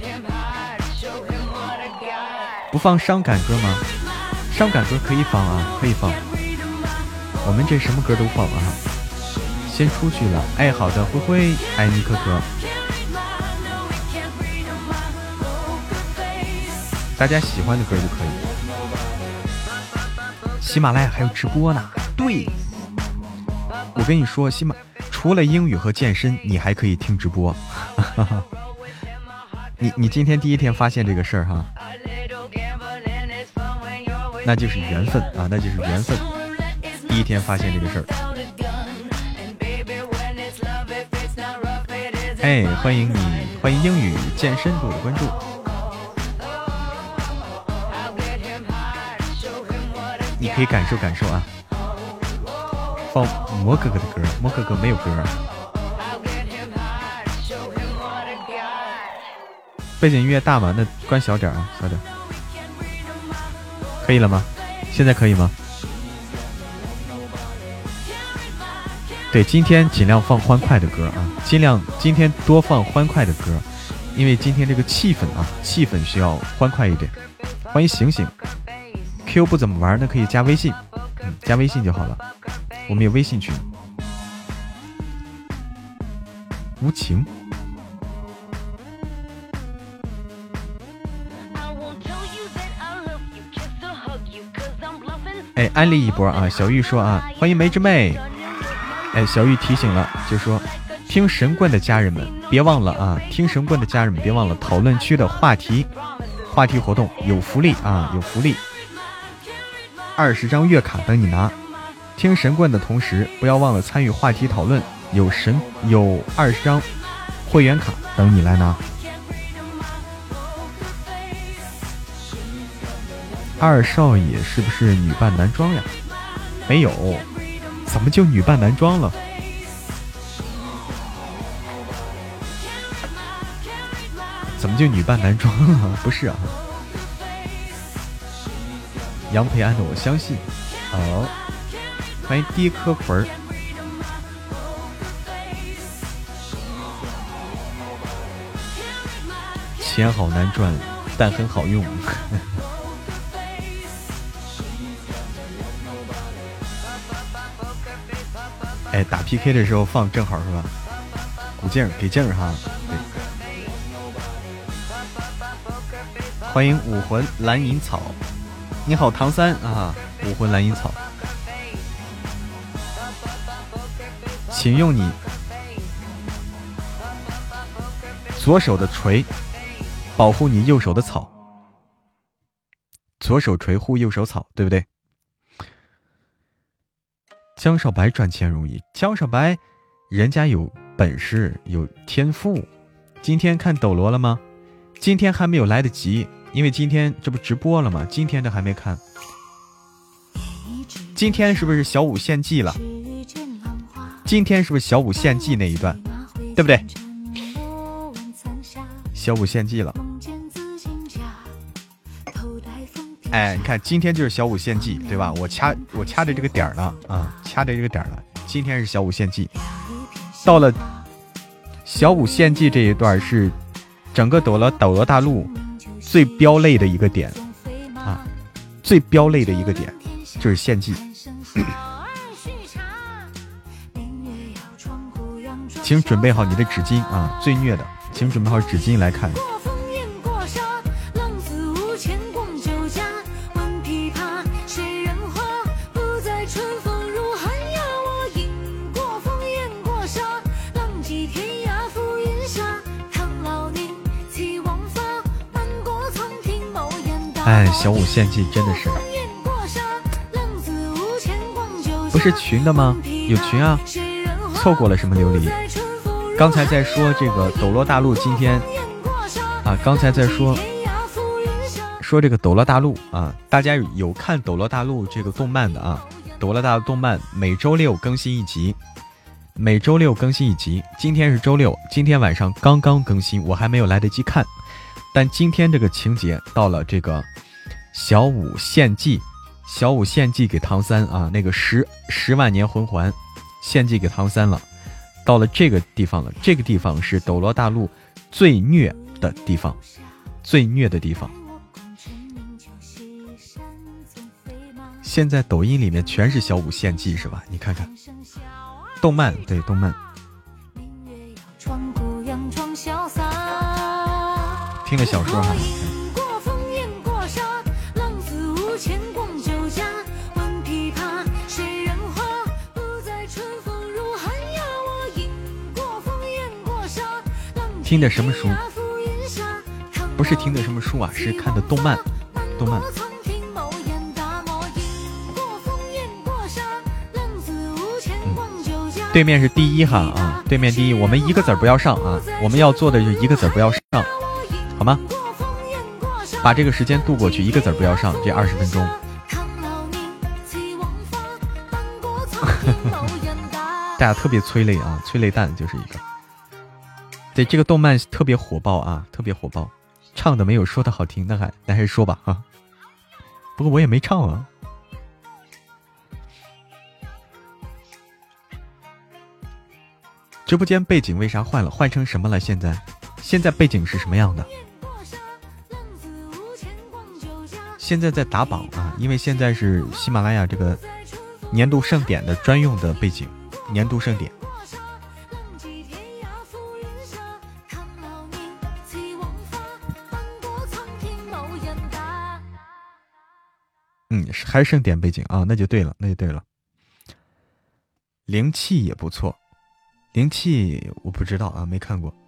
不放伤感歌吗？伤感歌可以放啊，可以放。我们这什么歌都放啊。先出去了，哎，好的，灰灰，爱你可可。大家喜欢的歌就可以。喜马拉雅还有直播呢，对。我跟你说，喜马。除了英语和健身，你还可以听直播。你你今天第一天发现这个事儿哈，那就是缘分啊，那就是缘分。第一天发现这个事儿。哎，欢迎你，欢迎英语健身对我的关注。你可以感受感受啊。放魔哥哥的歌，魔哥哥没有歌。背景音乐大吗？那关小点啊，小点。可以了吗？现在可以吗？ 对，今天尽量放欢快的歌啊，尽量今天多放欢快的歌，因为今天这个气氛啊，气氛需要欢快一点。欢迎醒醒 ，Q 不怎么玩，那可以加微信，嗯，加微信就好了，我们有微信群。无情。哎，安利一波啊！小玉说啊，欢迎梅之妹。哎，小玉提醒了，就说听神棍的家人们别忘了啊，听神棍的家人们别忘了讨论区的话题，话题活动有福利啊，有福利，二十张月卡等你拿。听神棍的同时，不要忘了参与话题讨论，有神有二十张会员卡等你来拿。二少爷是不是女扮男装呀？没有，怎么就女扮男装了？怎么就女扮男装了？不是啊，杨培安的我相信。好，欢迎第一颗魂儿。钱好难赚，但很好用。哎，打 P K 的时候放正好是吧？鼓劲儿，给劲儿哈！对。欢迎武魂蓝银草，你好唐三啊！武魂蓝银草，请用你左手的锤保护你右手的草，左手锤护右手草，对不对？江少白赚钱容易，江少白人家有本事有天赋。今天看斗罗了吗？今天还没有来得及，因为今天这不直播了吗？今天的还没看。今天是不是小五献祭了？今天是不是小五献祭那一段，对不对？小五献祭了。哎，你看今天就是小五献祭，对吧？我掐我掐着这个点儿了啊，掐着这个点儿了。今天是小五献祭，到了小五献祭这一段是整个斗罗斗罗大陆最飙泪的一个点啊，最飙泪的一个点就是献祭。请准备好你的纸巾啊，最虐的，请准备好纸巾来看。哎，小五献祭真的是，不是群的吗？有群啊，错过了什么琉璃？刚才在说这个斗罗大陆今天啊，刚才在说说这个斗罗大陆啊，大家有看斗罗大陆这个动漫的啊？斗罗大陆动漫每周六更新一集，每周六更新一集。今天是周六，今天晚上刚刚更新，我还没有来得及看。但今天这个情节到了这个小五献祭，小五献祭给唐三啊，那个十十万年魂环献祭给唐三了，到了这个地方了。这个地方是斗罗大陆最虐的地方，最虐的地方。现在抖音里面全是小五献祭是吧？你看看，动漫对动漫。听个小说哈。听的什么书？不是听的什么书啊，是看的动漫，动漫。嗯，对面是第一哈啊，对面第一，我们一个子不要上啊，我们要做的就是一个子不要上。好吗？把这个时间度过去，一个子不要上，这二十分钟。大家特别催泪啊，催泪弹就是一个。对，这个动漫特别火爆啊，特别火爆。唱的没有说的好听，那还那还是说吧啊。不过我也没唱啊。 直播间背景为啥换了？换成什么了？现在现在背景是什么样的？现在在打榜啊，因为现在是喜马拉雅这个年度盛典的专用的背景，年度盛典。嗯，还是盛典背景啊，那就对了，那就对了。灵气也不错，灵气我不知道啊，没看过。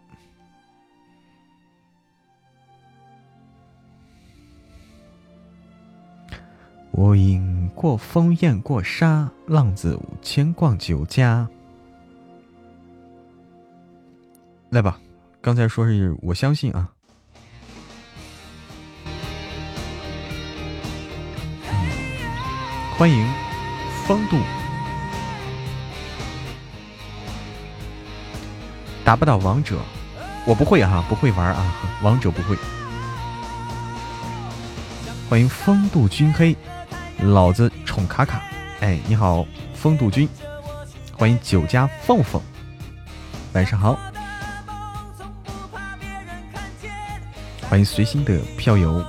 我饮过风，艳过沙，浪子五千逛酒家。来吧，刚才说是我相信啊。嗯、欢迎风度。打不打王者？我不会哈，不会玩啊，王者不会。欢迎风度君黑，老子宠卡卡。哎，你好，风度君。欢迎酒家凤凤，晚上好。欢迎随心的飘游。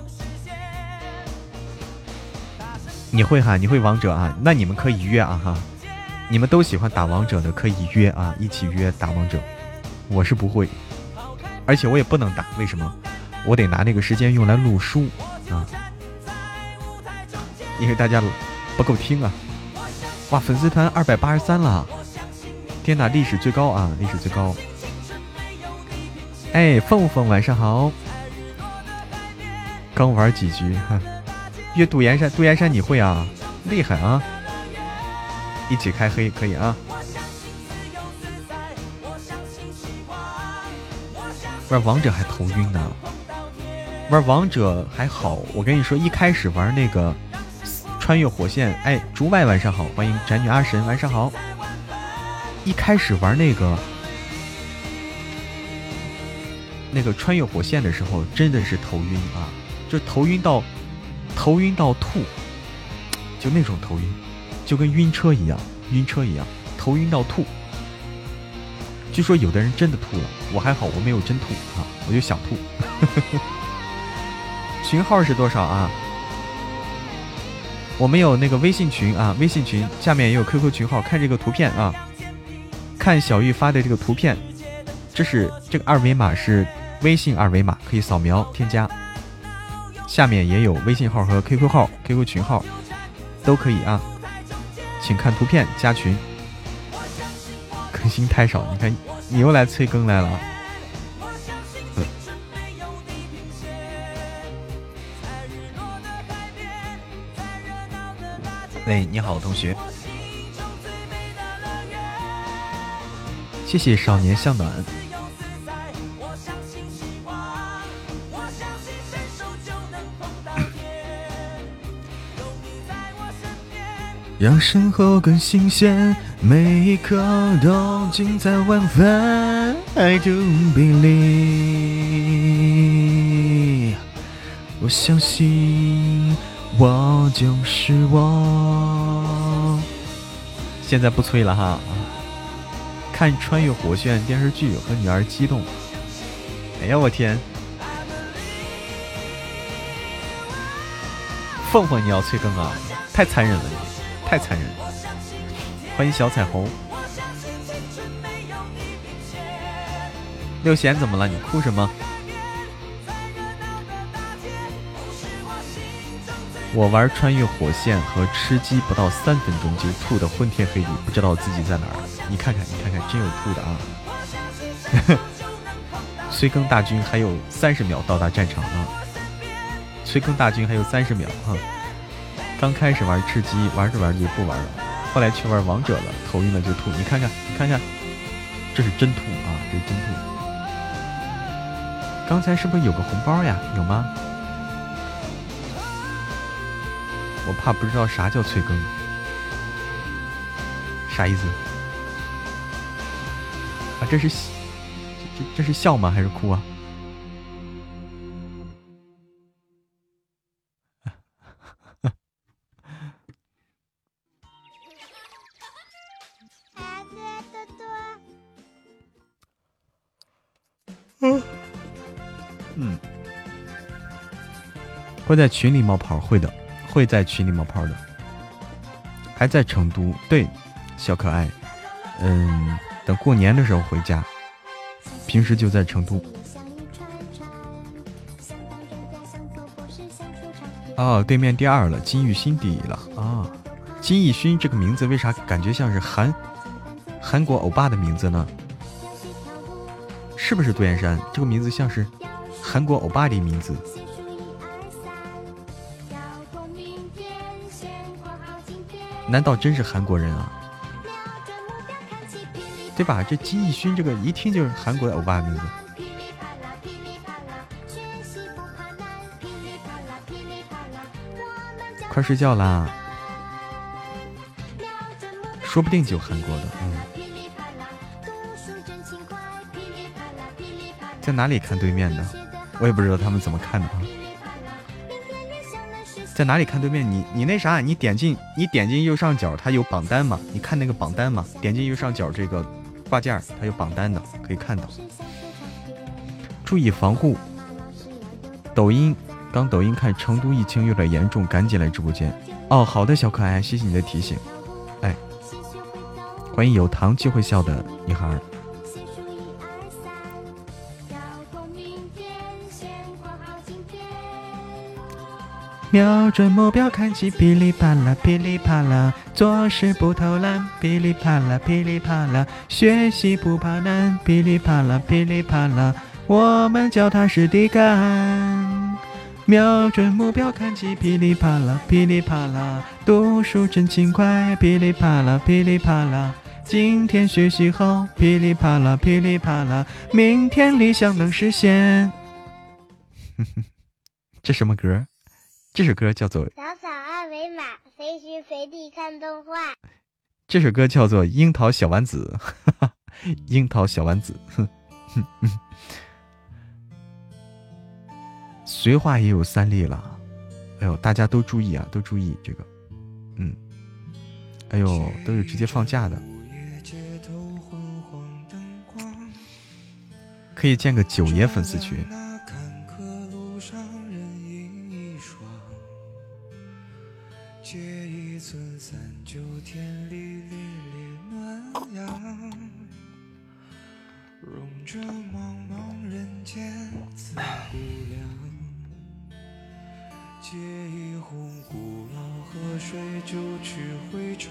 你会哈？你会王者啊？那你们可以约啊哈。你们都喜欢打王者的可以约啊，一起约打王者。我是不会，而且我也不能打，为什么？我得拿那个时间用来录书啊，因为大家不够听啊。哇，粉丝团二百八十三了，天哪，历史最高啊，历史最高。哎，凤凤晚上好，刚玩几局哈。约杜岩山，杜岩山你会啊？厉害啊！一起开黑可以啊。玩王者还头晕呢，玩王者还好。我跟你说，一开始玩那个穿越火线，哎，竹外晚上好，欢迎宅女阿神晚上好。一开始玩那个那个穿越火线的时候，真的是头晕啊，就头晕到头晕到吐，就那种头晕。就跟晕车一样，晕车一样，头晕到吐。据说有的人真的吐了，我还好，我没有真吐啊，我就想吐。群号是多少啊？我们有那个微信群啊，微信群下面也有 Q Q 群号，看这个图片啊，看小玉发的这个图片，这是这个二维码是微信二维码，可以扫描添加。下面也有微信号和 Q Q 号、Q Q 群号，都可以啊。请看图片加群，更新太少，你看你又来催更来了。嗯、喂，你好，同学，谢谢少年向暖。让生活更新鲜，每一刻都精彩万分。I do believe， 我相信我就是我。现在不催了哈，看穿越火线电视剧和女儿激动。哎呀我天，凤凤你要催更啊，太残忍了你，太残忍了。欢迎小彩虹。六贤怎么了？你哭什么？我玩穿越火线和吃鸡不到三分钟就吐得昏天黑地，不知道自己在哪儿。你看看，你看看，真有吐的啊！催更大军还有三十秒到达战场啊！催更大军还有三十秒啊！刚开始玩吃鸡，玩着玩着就不玩了，后来去玩王者了，头晕了就吐。你看看，你看看，这是真吐啊！这是真吐。刚才是不是有个红包呀？有吗？我怕不知道啥叫催更，啥意思？啊，这是这这这是笑吗？还是哭啊？ 嗯，会在群里冒泡，会的，会在群里冒泡的。还在成都，对，小可爱，嗯，等过年的时候回家，平时就在成都。哦，对面第二了，金玉勋第一了啊！金逸勋这个名字为啥感觉像是韩韩国欧巴的名字呢？是不是杜岩山？这个名字像是韩国欧巴的名字。难道真是韩国人啊？对吧？这金逸勋这个一听就是韩国的欧巴的名字。快睡觉啦！说不定就韩国的，嗯。在哪里看对面的？我也不知道他们怎么看的啊。在哪里看对面？你你那啥？你点进你点进右上角，它有榜单嘛？你看那个榜单嘛？点进右上角这个挂件，它有榜单的，可以看到。注意防护。抖音刚抖音看成都疫情有点严重，赶紧来直播间。哦，好的，小可爱，谢谢你的提醒。哎，欢迎有糖就会笑的女孩。瞄准目标看齐，噼里啪啦噼里啪啦，做事不偷懒，噼里啪啦噼里啪啦，学习不怕难，噼里啪啦噼里啪啦，我们脚踏实地干。瞄准目标看齐，噼里啪啦噼里啪啦，读书真勤快，噼里啪啦噼里啪啦，今天学习好，噼里啪啦噼里啪啦，明天理想能实现。这什么歌？这首歌叫做扫扫二维码，随时随地看动画。 这首歌叫做《樱桃小丸子》，樱桃小丸子。绥化也有三例了，哎呦，大家都注意啊，都注意这个，嗯，哎呦，都是直接放假的，可以建个九爷粉丝群。 借一壶古老河水就去回肠，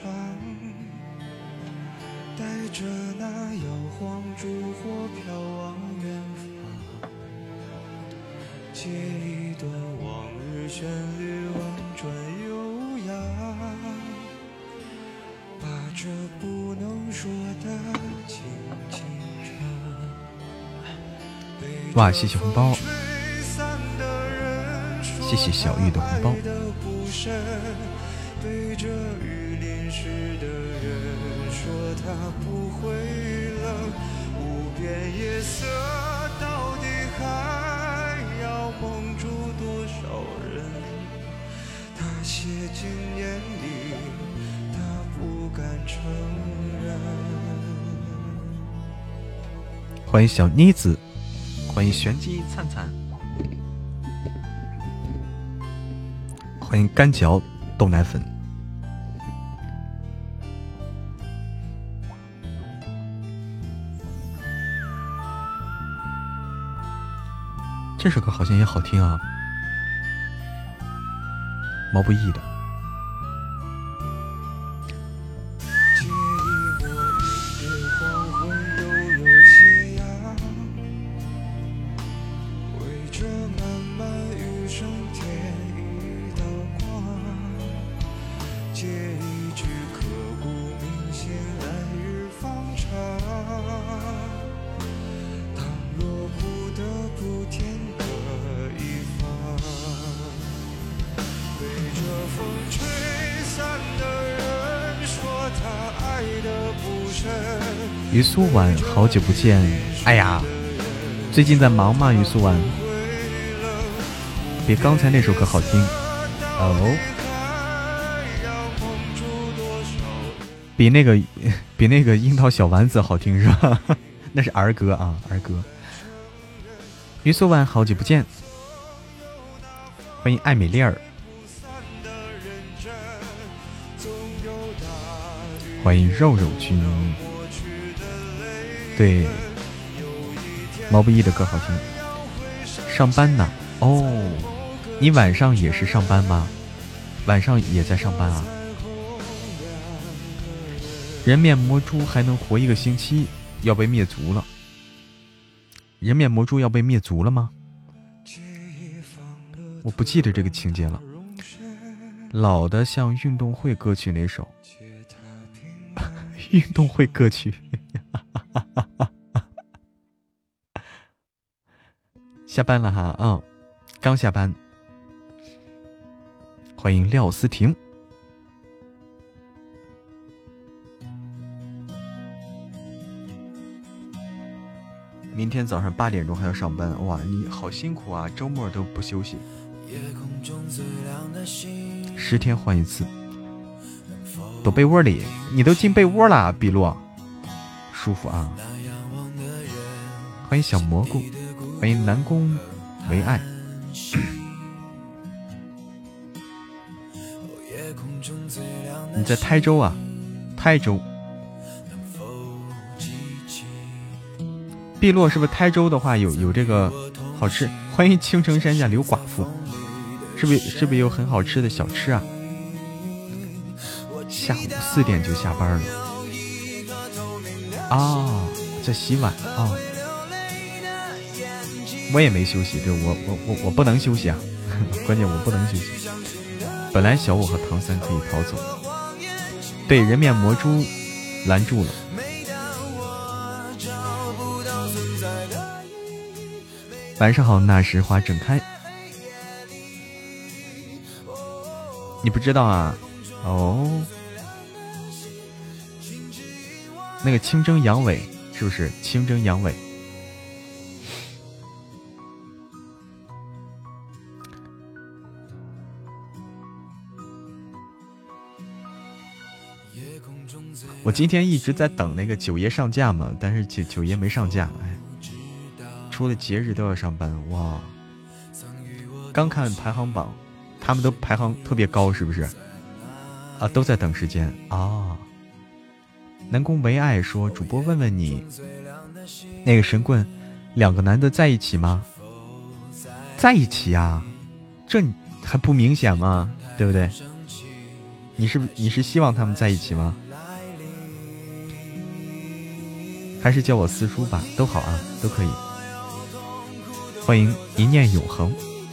带着那摇晃烛火飘往远方，借一段往日旋律婉转悠扬，把这不能说的轻轻唱。 哇，谢谢红包，谢谢小玉的红包。对着雨淋湿的人说他不会冷，无边夜色到底还要蒙住多少人？他写进眼里，他不敢承认。欢迎小妮子，欢迎玄机灿灿。欢迎干嚼豆奶粉。这首歌好像也好听啊，毛不易的。于苏婉，好久不见！哎呀，最近在忙吗？于苏婉，比刚才那首歌好听哦，比那个比那个樱桃小丸子好听是吧？那是儿歌啊，儿歌。 于素婉，好久不见，欢迎艾美丽儿，欢迎肉肉君。对，毛不易的歌好听。上班呢？哦，你晚上也是上班吗？晚上也在上班啊？人面魔蛛还能活一个星期，要被灭族了。人面魔蛛要被灭族了吗？我不记得这个情节了。老的像运动会歌曲哪首？运动会歌曲。下班了哈，嗯，刚下班。欢迎廖思婷。明天早上八点钟还要上班，哇，你好辛苦啊！周末都不休息，十天换一次。躲被窝里，你都进被窝了，比洛，舒服啊！欢迎小蘑菇，欢迎南宫为爱。你在台州啊？台州。碧落是不是台州的话有有这个好吃？欢迎青城山下刘寡妇，是不是是不是有很好吃的小吃啊？下午四点就下班了啊、哦，在洗碗啊、哦。我也没休息，对我我我我不能休息啊，关键我不能休息。本来小五和唐三可以逃走，被人面魔蛛拦住了。晚上好，那时花正开。你不知道啊？哦，那个清蒸羊尾是不是清蒸羊尾？我今天一直在等那个九爷上架嘛，但是九九爷没上架，哎。除了节日都要上班，哇！刚看排行榜，他们都排行特别高，是不是？啊，都在等时间啊。南宫唯爱说：“主播问问你，那个神棍，两个男的在一起吗？在一起啊，这还不明显吗？对不对？你是你是希望他们在一起吗？还是叫我四叔吧，都好啊，都可以。”欢迎一念永恒。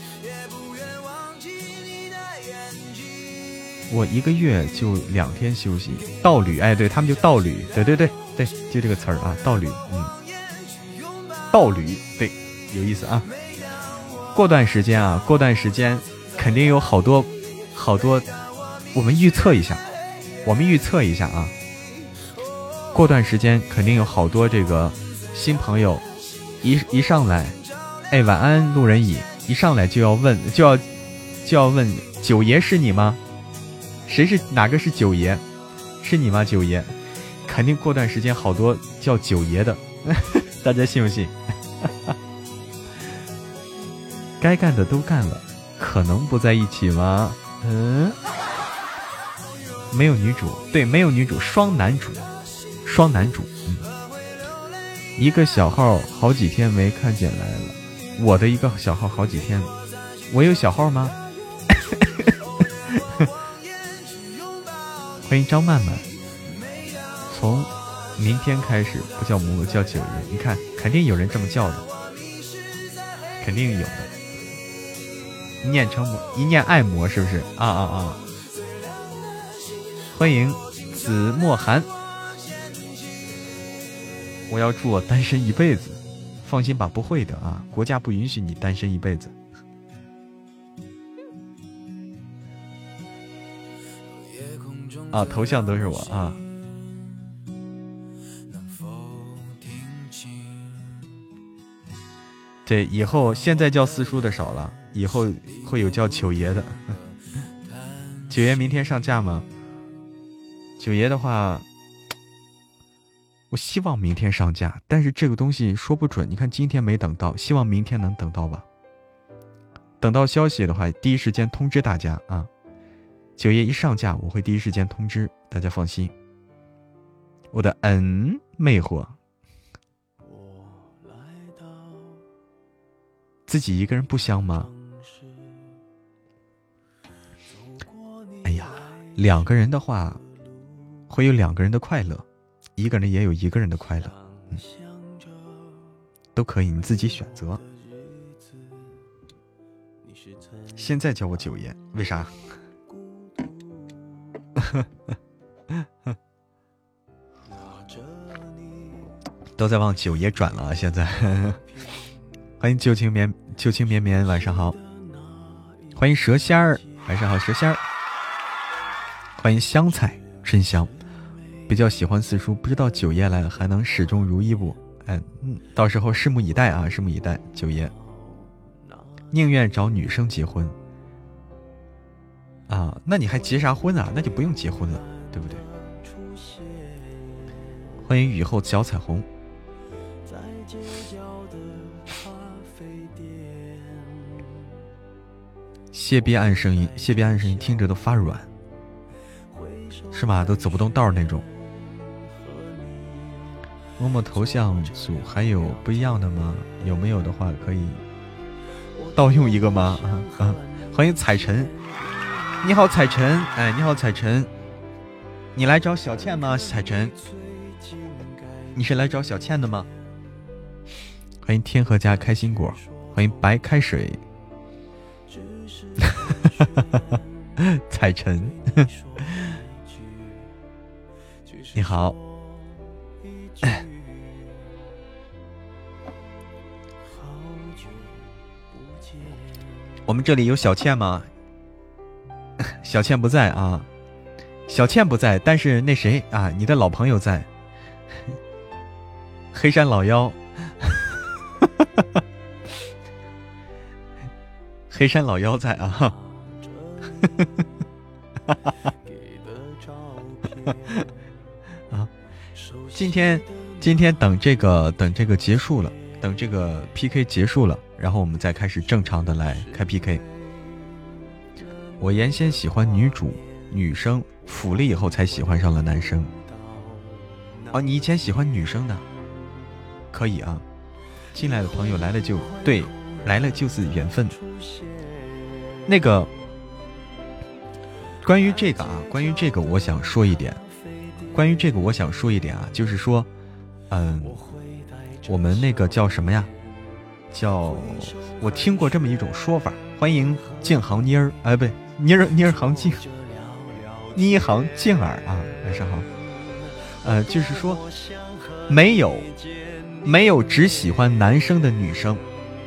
我一个月就两天休息，道侣，哎，对他们就道侣，对对对对，就这个词儿啊，道侣，嗯，道侣，对，有意思啊。过段时间啊，过段时间肯定有好多好多，我们预测一下，我们预测一下啊。过段时间肯定有好多这个新朋友，一一上来。哎，晚安，路人乙！一上来就要问，就要就要问九爷是你吗？谁是哪个是九爷？是你吗，九爷？肯定过段时间好多叫九爷的，大家信不信？该干的都干了，可能不在一起吗？嗯，没有女主，对，没有女主，双男主，双男主。嗯，一个小号好几天没看见来了。我的一个小号好几天，我有小号吗？欢迎张曼曼。从明天开始不叫母叫九爷，你看肯定有人这么叫的，肯定有的。一念成魔，一念爱魔，是不是？啊啊啊！欢迎子墨寒。我要祝我单身一辈子。放心吧，不会的啊，国家不允许你单身一辈子。啊，头像都是我啊。对，以后现在叫四叔的少了，以后会有叫九爷的。九爷明天上架吗？九爷的话， 我希望明天上架，但是这个东西说不准。你看今天没等到，希望明天能等到吧。等到消息的话，第一时间通知大家啊。九爷一上架，我会第一时间通知大家，放心。我的嗯魅惑，自己一个人不香吗？哎呀，两个人的话会有两个人的快乐，一个人也有一个人的快乐，嗯，都可以，你自己选择。现在叫我九爷，为啥？都在往九爷转了啊！现在欢迎旧情绵旧情绵绵，晚上好。欢迎蛇仙儿，晚上好，蛇仙儿。欢迎香菜真香，比较喜欢四叔，不知道九爷来了还能始终如一不？哎，嗯，到时候拭目以待啊，拭目以待。九爷宁愿找女生结婚啊，那你还结啥婚啊？那就不用结婚了，对不对？欢迎雨后小彩虹。谢别岸声音，谢别岸声音听着都发软，是吗？都走不动道那种。摸摸头像组还有不一样的吗？有没有的话可以盗用一个吗？啊啊！欢迎彩晨，你好彩晨，哎，你好彩晨，你来找小倩吗？彩晨，你是来找小倩的吗？欢迎天河家开心果，欢迎白开水。彩晨你好。我们这里有小倩吗？小倩不在啊，小倩不在，但是那谁啊，你的老朋友在，黑山老妖。黑山老妖在啊。啊，今天今天等这个等这个结束了，等这个 P K 结束了，然后我们再开始正常的来开 P K。我原先喜欢女主女生，辅了以后才喜欢上了男生。哦，你以前喜欢女生的，可以啊。进来的朋友来了就对，来了就是缘分。那个关于这个啊，关于这个我想说一点，关于这个我想说一点啊，就是说，嗯，我们那个叫什么呀？叫我听过这么一种说法，欢迎静行妮儿，哎，不对，妮儿妮儿行静，妮行静儿啊，晚上好。呃，就是说，没有没有只喜欢男生的女生，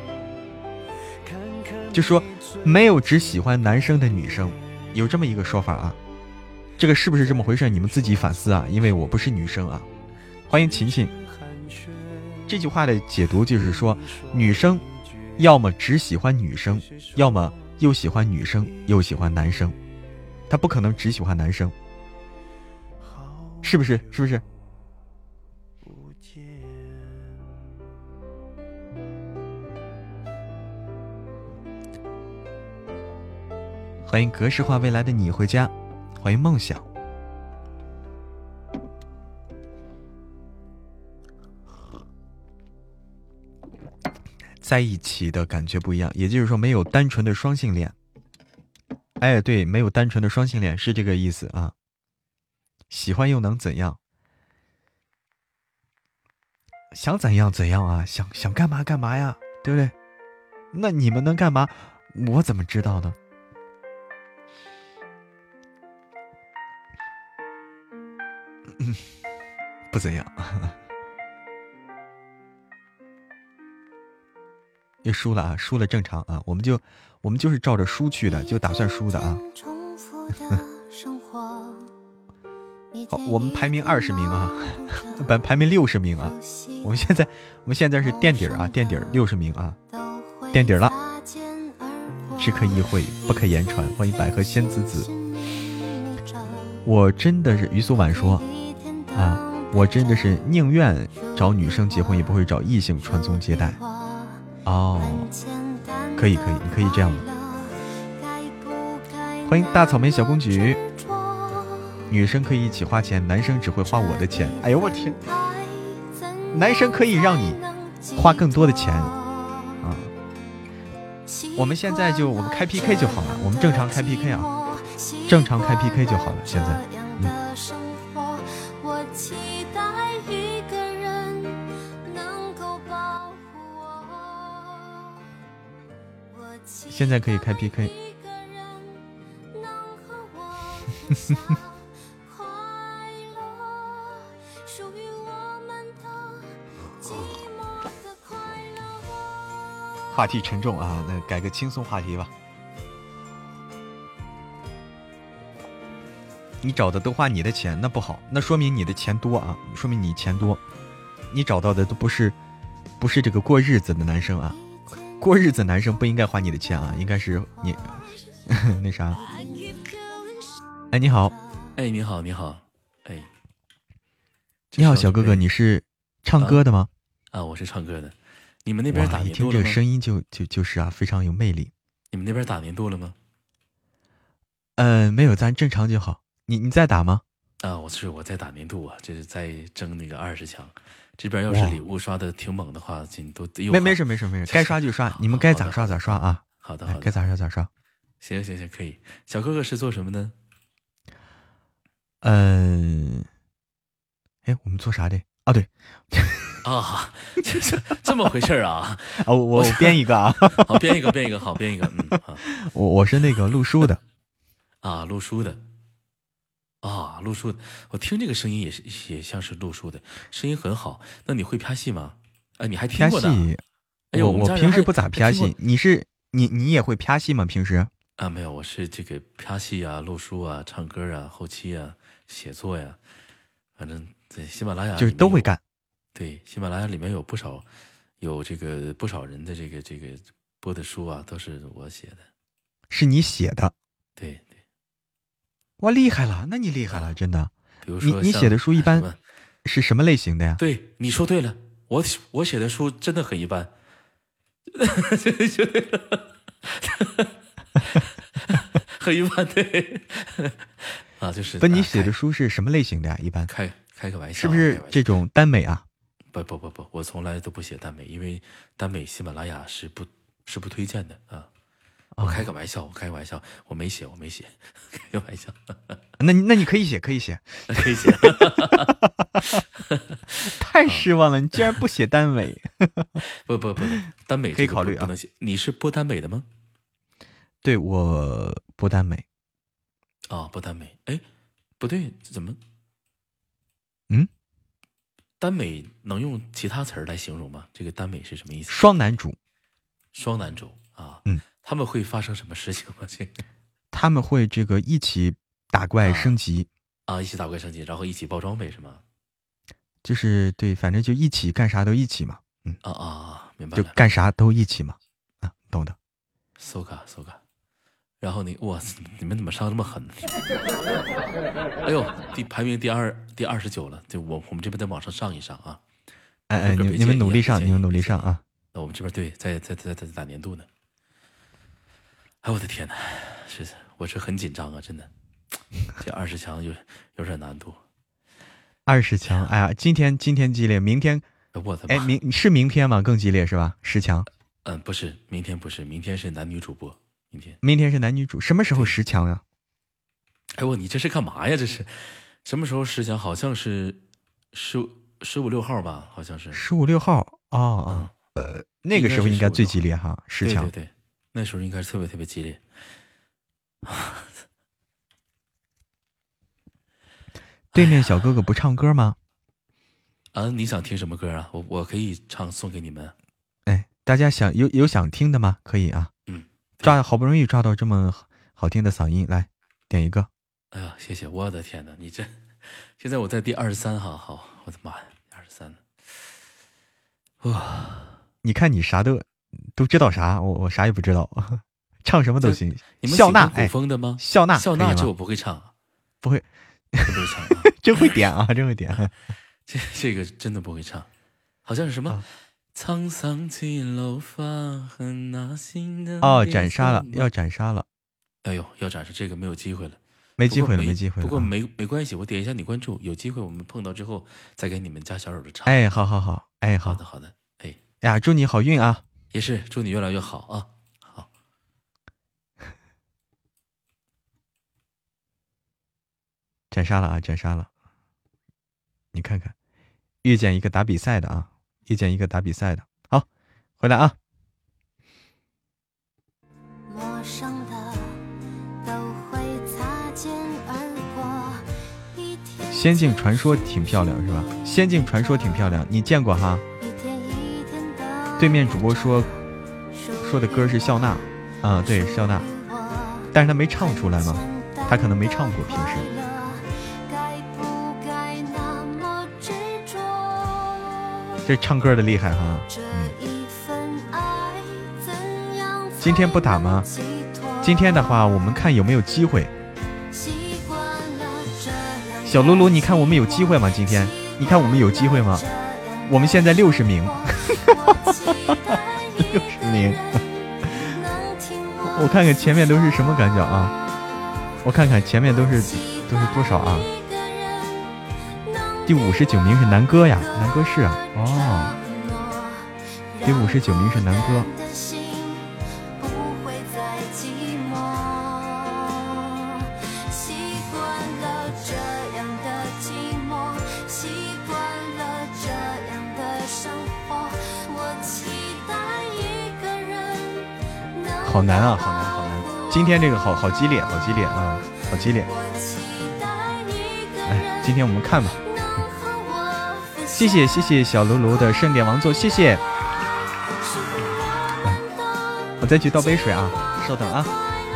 就说没有只喜欢男生的女生，有这么一个说法啊。这个是不是这么回事？你们自己反思啊，因为我不是女生啊。欢迎琴琴。这句话的解读就是说，女生要么只喜欢女生，要么又喜欢女生又喜欢男生，她不可能只喜欢男生，是不是？是不是？欢迎格式化未来的你回家，欢迎梦想。在一起的感觉不一样，也就是说没有单纯的双性恋。哎，对，没有单纯的双性恋是这个意思啊。喜欢又能怎样？想怎样怎样啊，想想干嘛干嘛呀，对不对？那你们能干嘛？我怎么知道呢？嗯，不怎样。又输了啊，输了正常啊，我们就我们就是照着输去的，就打算输的啊。好，我们排名二十名啊，排排名六十名啊。我们现在我们现在是垫底啊，垫底六十名啊，垫底了。只可意会，不可言传。欢迎百合仙子子。我真的是于素婉说啊， 我真的是宁愿找女生结婚，也不会找异性传宗接代。哦，可以可以，你可以这样的。欢迎大草莓小公举。女生可以一起花钱，男生只会花我的钱。哎呦我天，男生可以让你花更多的钱啊！我们现在就我们开 P K 就好了，我们正常开 P K 啊，正常开 P K 就好了。现在，嗯，现在可以开 P K。话题沉重啊，那改个轻松话题吧。你找的都花你的钱，那不好，那说明你的钱多啊，说明你钱多，你找到的都不是不是这个过日子的男生啊，过日子男生不应该花你的钱啊，应该是你那啥。哎，你好。 哎，你好，你好。哎， 你好，小哥哥，你是唱歌的吗？ 啊，啊我是唱歌的。你们那边打年度了吗？ 一听这个声音就就就是啊，非常有魅力。 你们那边打年度了吗？ 嗯、呃，没有，咱正常就好。你你在打吗？ 啊，我是我在打年度啊，这是在争那个二十强。这边要是礼物刷的挺猛的话，进都没没事没事没事，该刷就刷，你们该咋刷咋刷啊。 好的好的， 该咋刷咋刷。 行行行，可以。小哥哥是做什么呢？ 嗯，哎，我们做啥的？啊，对。 啊，这是这么回事啊！ 啊，我我编一个啊， 好编一个，编一个，好编一个，嗯，好。 我我是那个录书的， 啊，录书的，啊，录书的，我听这个声音也是也像是录书的，声音很好。那你会拍戏吗？哎，你还听过呢？哎呦， 我我平时不咋拍戏，你是你你也会拍戏吗？平时？ 啊，没有，我是这个拍戏啊、录书啊、唱歌啊、后期啊、写作呀，反正在喜马拉雅就是都会干。 对，喜马拉雅里面有不少，有这个不少人的这个这个播的书啊，都是我写的， 是你写的？ 对对， 哇，厉害了，那你厉害了，真的。 比如说你你写的书一般是什么类型的呀？ 对，你说对了，我我写的书真的很一般，很一般，对，啊，就是不，你写的书是什么类型的呀？一般开。开个玩笑， 是不是这种耽美啊？ 不不不不，我从来都不写耽美，因为耽美喜马拉雅是不是不推荐的啊。我开个玩笑，我开个玩笑，我没写，我没写，开个玩笑。 那那你可以写，可以写， 可以写。 太失望了，你居然不写耽美。 不不不，耽美可以考虑啊。 不能写。你是播耽美的吗？ 对，我播耽美。 哦，播耽美。哎，不对，怎么？ 嗯， 耽美能用其他词儿来形容吗？这个耽美是什么意思？ 双男主， 双男主啊， 嗯， 他们会发生什么事情吗？这个他们会这个一起打怪升级啊, 啊，一起打怪升级，然后一起包装备是吗？ 就是对，反正就一起干啥都一起嘛，嗯啊啊，明白了， 就干啥都一起嘛，啊，懂的。 搜嘎搜嘎。然后你哇，你们怎么上这么狠？哎呦，第排名第二，第二十九了。就我我们这边在网上上一上啊。 哎哎，你你们努力上，你们努力上啊。 那我们这边对，在在在在打年度呢。哎我的天哪，是我是很紧张啊，真的。这二十强有有点难度。 二十强，哎呀，今天今天激烈，明天我的哎明是明天吗？更激烈是吧？十强。 嗯，不是，明天不是，明天是男女主播。明天， 明天是男女主，什么时候十强呀？ 哎我，你这是干嘛呀？这是什么时候十强？好像是十十五六号吧？好像是十五六号哦哦、嗯，呃，那个时候应该最激烈哈，十强。 对对对，那时候应该是特别特别激烈。 对面小哥哥不唱歌吗？ 啊，你想听什么歌啊？我我可以唱送给你们。 哎，大家想有有想听的吗？可以啊。 嗯。 抓好不容易抓到这么好听的嗓音，来点一个。 哎呀，谢谢！我的天哪，你这现在我在第二十三哈，好，我的妈呀，二十三哇！你看你啥都都知道啥，我我啥也不知道，唱什么都行。 你们笑纳古风的吗？ 笑纳笑纳这我不会唱， 不会， 不会唱、啊， 真会点啊，真会点。 这这个真的不会唱，好像是什么、啊、沧桑起楼发很那心的哦，斩杀了，要斩杀了。 哎呦，要斩杀这个没有机会了， 没机会了，没机会了。 不过没没关系，我点一下你关注，有机会我们碰到之后再给你们家小手的唱。 哎，好好好，哎，好好的好的，哎呀，祝你好运啊！ 也是，祝你越来越好啊！好， 斩杀了啊，斩杀了！你看看，遇见一个打比赛的啊，遇见一个打比赛的，好，回来啊！仙境传说挺漂亮是吧？仙境传说挺漂亮，你见过哈？对面主播说说的歌是笑纳，啊，对，笑纳，但是他没唱出来吗？他可能没唱过，平时。这唱歌的厉害哈，嗯。今天不打吗？今天的话，我们看有没有机会。小卢卢，你看我们有机会吗？今天，你看我们有机会吗？我们现在六十名，六十名。我看看前面都是什么感觉啊？我看看前面都是都是多少啊？第五十九名是南哥呀，南哥是啊，哦，第五十九名是南哥。好难啊，好难，好难！今天这个好好激烈，好激烈啊，好激烈！哎，今天我们看吧。谢谢谢谢小卢卢的盛典王座，谢谢。我再去倒杯水啊，稍等啊。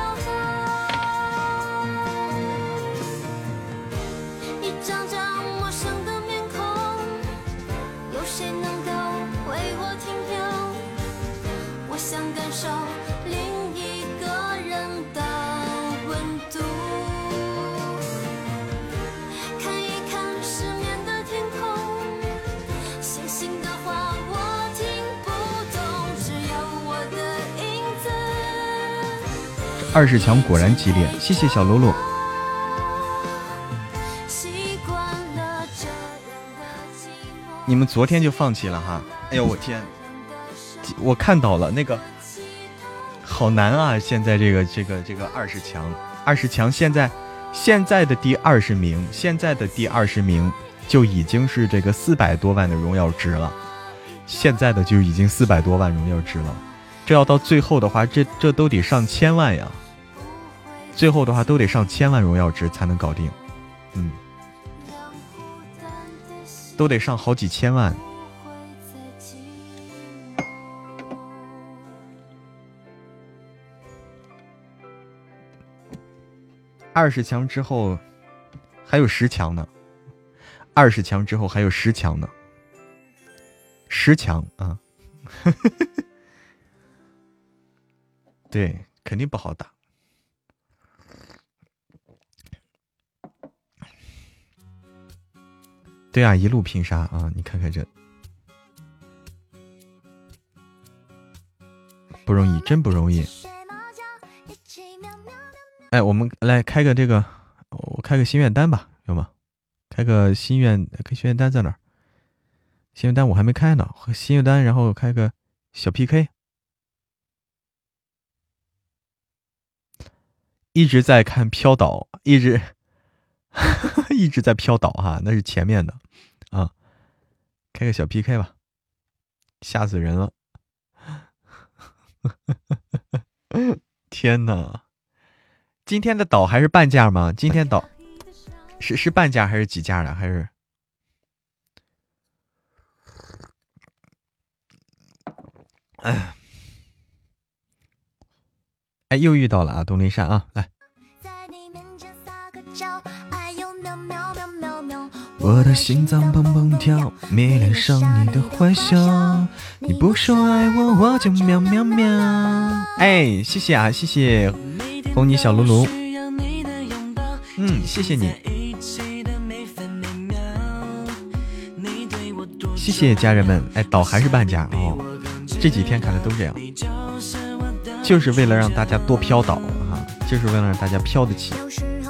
二十强果然激烈，谢谢小露露。你们昨天就放弃了哈？哎呦我天，我看到了那个，好难啊！现在这个这个这个二十强，二十强现在现在的第二十名，现在的第二十名就已经是这个四百多万的荣耀值了，现在的就已经四百多万荣耀值了。这要到最后的话，这这都得上千万呀！最后的话都得上千万荣耀值才能搞定，嗯，都得上好几千万。二十强之后还有十强呢，二十强之后还有十强呢，十强啊！对，肯定不好打。对啊，一路拼杀啊！你看看这，不容易，真不容易。哎，我们来开个这个，我开个心愿单吧，有吗？开个心愿，开心愿单在哪儿？心愿单我还没开呢，心愿单，然后开个小 P K。一直在看飘岛，一直一直在飘岛哈，那是前面的啊。开个小 P K 吧，吓死人了！天哪，今天的岛还是半价吗？今天岛是是半价还是几价的？还是？哎。哎，又遇到了啊，东林山啊，来。我的心脏砰砰跳，迷恋上你的坏笑，你不说爱我，我就喵喵喵。哎，谢谢啊，谢谢红泥小卢卢，嗯，谢谢你。 谢谢家人们。哎，岛还是半价哦，这几天看的都这样，就是为了让大家多飘岛啊，就是为了让大家飘得起。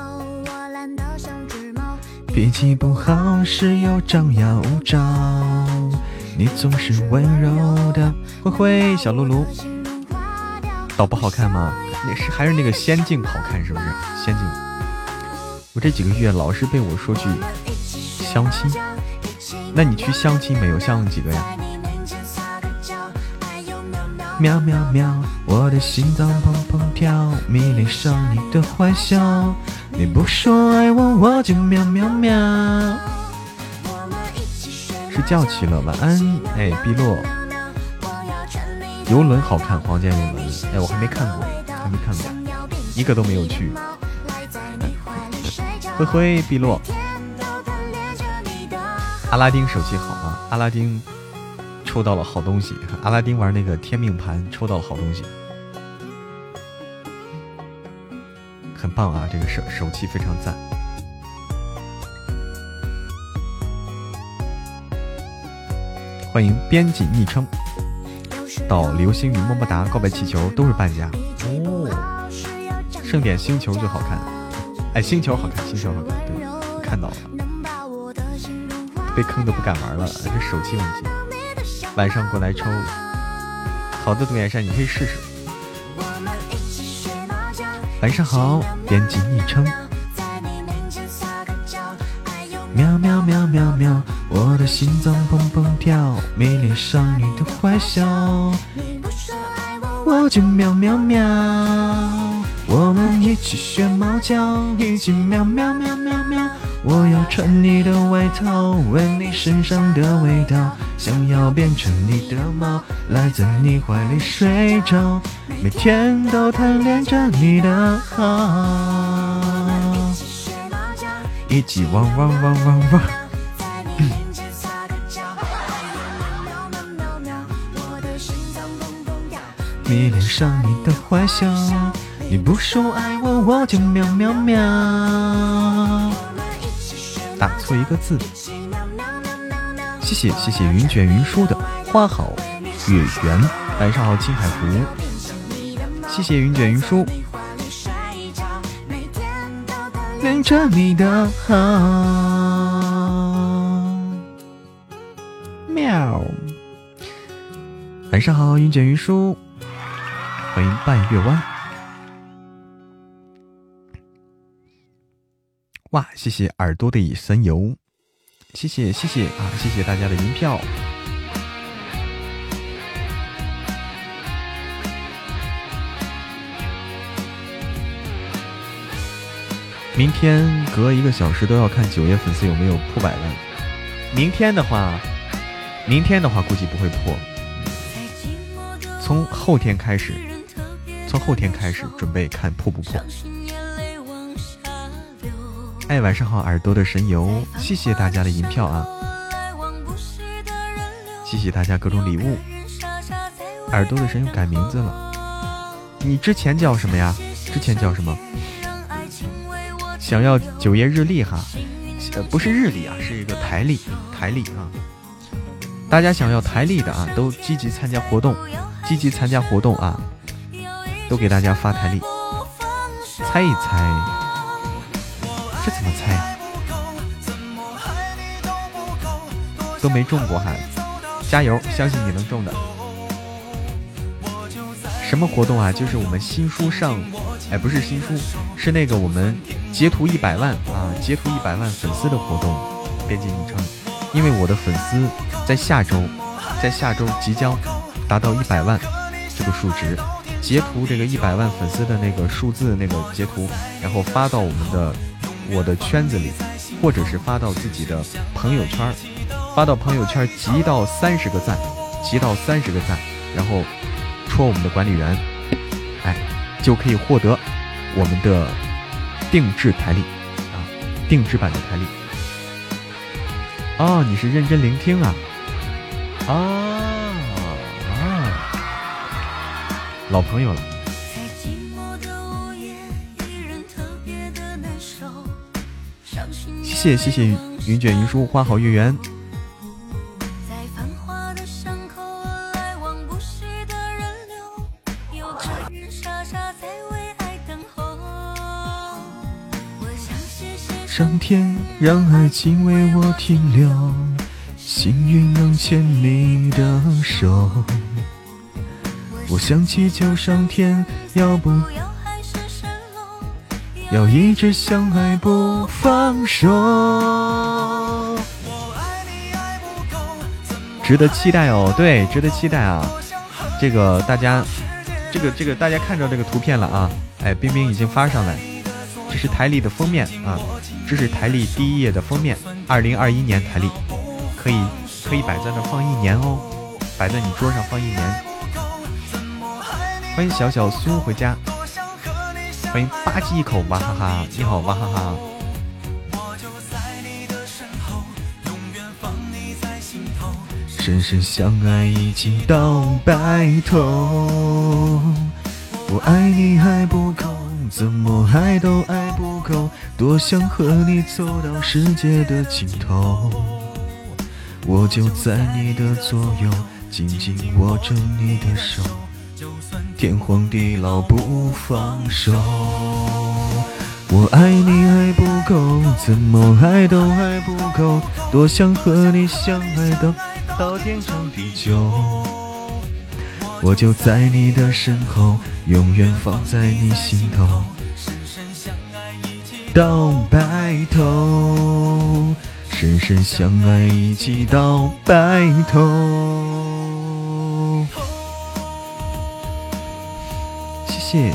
脾气不好时又张牙舞爪，你总是温柔的。灰灰小露露，岛不好看吗？那是还是那个仙境好看，是不是？仙境，我这几个月老是被我说去相亲，那你去相亲没有？相几个呀？喵喵喵，我的心脏砰砰跳，迷恋上你的坏笑，你不说爱我我就喵喵喵。睡觉起了，晚安。哎，碧落，游轮好看，黄金游轮。哎，我还没看过，还没看过，一个都没有去。灰灰，碧落，阿拉丁手气好啊，阿拉丁抽到了好东西，阿拉丁玩那个天命盘抽到了好东西，很棒啊，这个手手气非常赞。欢迎编辑昵称到流星雨么么哒告白气球都是半价哦，剩点星球就好看。哎，星球好看，星球好看，对，我看到了，被坑的不敢玩了，这手气问题。晚上过来抽，好的，独眼山你可以试试。晚上好，编辑昵称喵喵喵喵喵，我的心脏砰砰跳，迷恋上你的坏笑，我就喵喵喵，我们一起学猫叫，一起喵喵喵喵喵，我要穿你的外套，闻你身上的味道，想要变成你的猫，赖在你怀里睡着，每天都贪恋着你的好，一起汪汪汪汪汪。迷恋上你的坏笑，你不说爱我我就喵喵喵，打错一个字。谢谢谢谢云卷云舒的花好月圆，晚上好青海湖，谢谢云卷云舒，恋着你的好，喵。晚上好云卷云舒，欢迎半月湾。哇，谢谢耳朵的野神游，谢谢谢谢啊，谢谢大家的银票。明天隔一个小时都要看九月粉丝有没有破百万。明天的话，明天的话估计不会破。从后天开始，从后天开始准备看破不破。哎，晚上好，耳朵的神游，谢谢大家的银票啊！谢谢大家各种礼物。耳朵的神游改名字了，你之前叫什么呀？之前叫什么？想要九夜日历哈，呃，不是日历啊，是一个台历，台历啊。大家想要台历的啊，都积极参加活动，积极参加活动啊，都给大家发台历。猜一猜。这怎么猜啊？都没中过还加油，相信你能中的。什么活动啊？就是我们新书上，哎，不是新书，是那个我们截图一百万啊，截图一百万粉丝的活动。编辑昵称，因为我的粉丝在下周，在下周即将达到一百万这个数值，截图这个一百万粉丝的那个数字那个截图，然后发到我们的。我的圈子里，或者是发到自己的朋友圈，发到朋友圈集到三十个赞，集到三十个赞，然后戳我们的管理员，哎，就可以获得我们的定制台历啊，定制版的台历。哦，你是认真聆听啊？啊啊，老朋友了。谢谢谢谢云卷云舒花好月圆。 上天让爱情为我停留，幸运能牵你的手。我想祈求上天，要不要一直相爱不放手。值得期待哦，对，值得期待啊！这个大家，这个这个大家看到这个图片了啊？哎，冰冰已经发上来，这是台历的封面啊，这是台历第一页的封面，二零二一年台历，可以可以摆在那放一年哦，摆在你桌上放一年。欢迎小小苏回家，欢迎吧唧一口娃哈哈，你好娃哈哈。深深相爱一起到白头，我爱你还不够，怎么爱都爱不够，多想和你走到世界的尽头，我就在你的左右，紧紧握着你的手，天荒地老不放手。我爱你还不够，怎么爱都爱不够，多想和你相爱到到天长地久，我就在你的身后，永远放在你心头，到白头，深深相爱一起到白头。谢谢。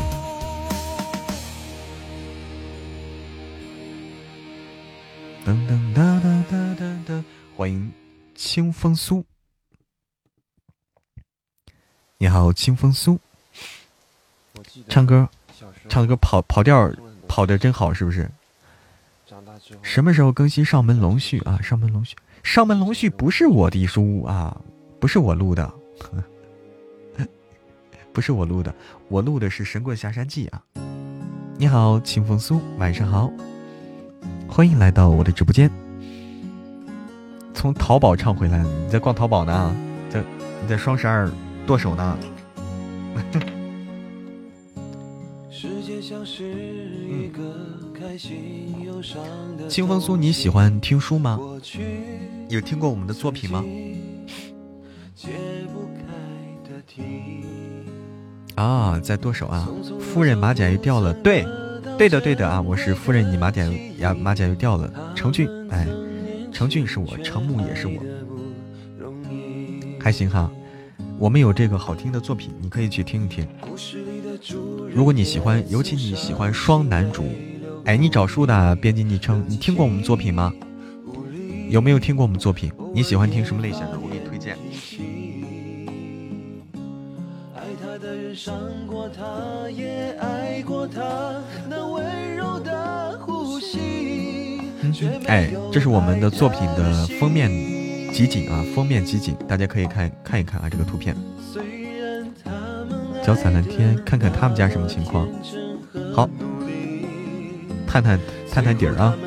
噔噔哒哒哒哒哒，欢迎清风苏。你好，清风苏。唱歌，唱的歌跑跑调跑的真好，是不是？什么时候更新上门龙序啊？上门龙序，上门龙序不是我的书啊，不是我录的，不是我录的，我录的是《神棍下山记》啊。你好，清风苏，晚上好。欢迎来到我的直播间。从淘宝唱回来，你在逛淘宝呢？在你在双十二剁手呢？嗯、清风苏，你喜欢听书吗？有听过我们的作品吗？啊，在剁手啊！夫人马甲又掉了，对。对的对的啊，我是夫人，你马甲呀马甲又掉了。程俊，哎，程俊是我，程木也是我，还行哈。我们有这个好听的作品，你可以去听一听。如果你喜欢，尤其你喜欢双男主，哎，你找书的编辑昵称，你听过我们作品吗？有没有听过我们作品？你喜欢听什么类型的？我给你推荐。伤过他也爱过他，那温柔的呼吸。哎，这是我们的作品的封面集锦啊，封面集锦，大家可以看看一看啊，这个图片。脚踩蓝天，看看他们家什么情况。好，探探探探底儿啊。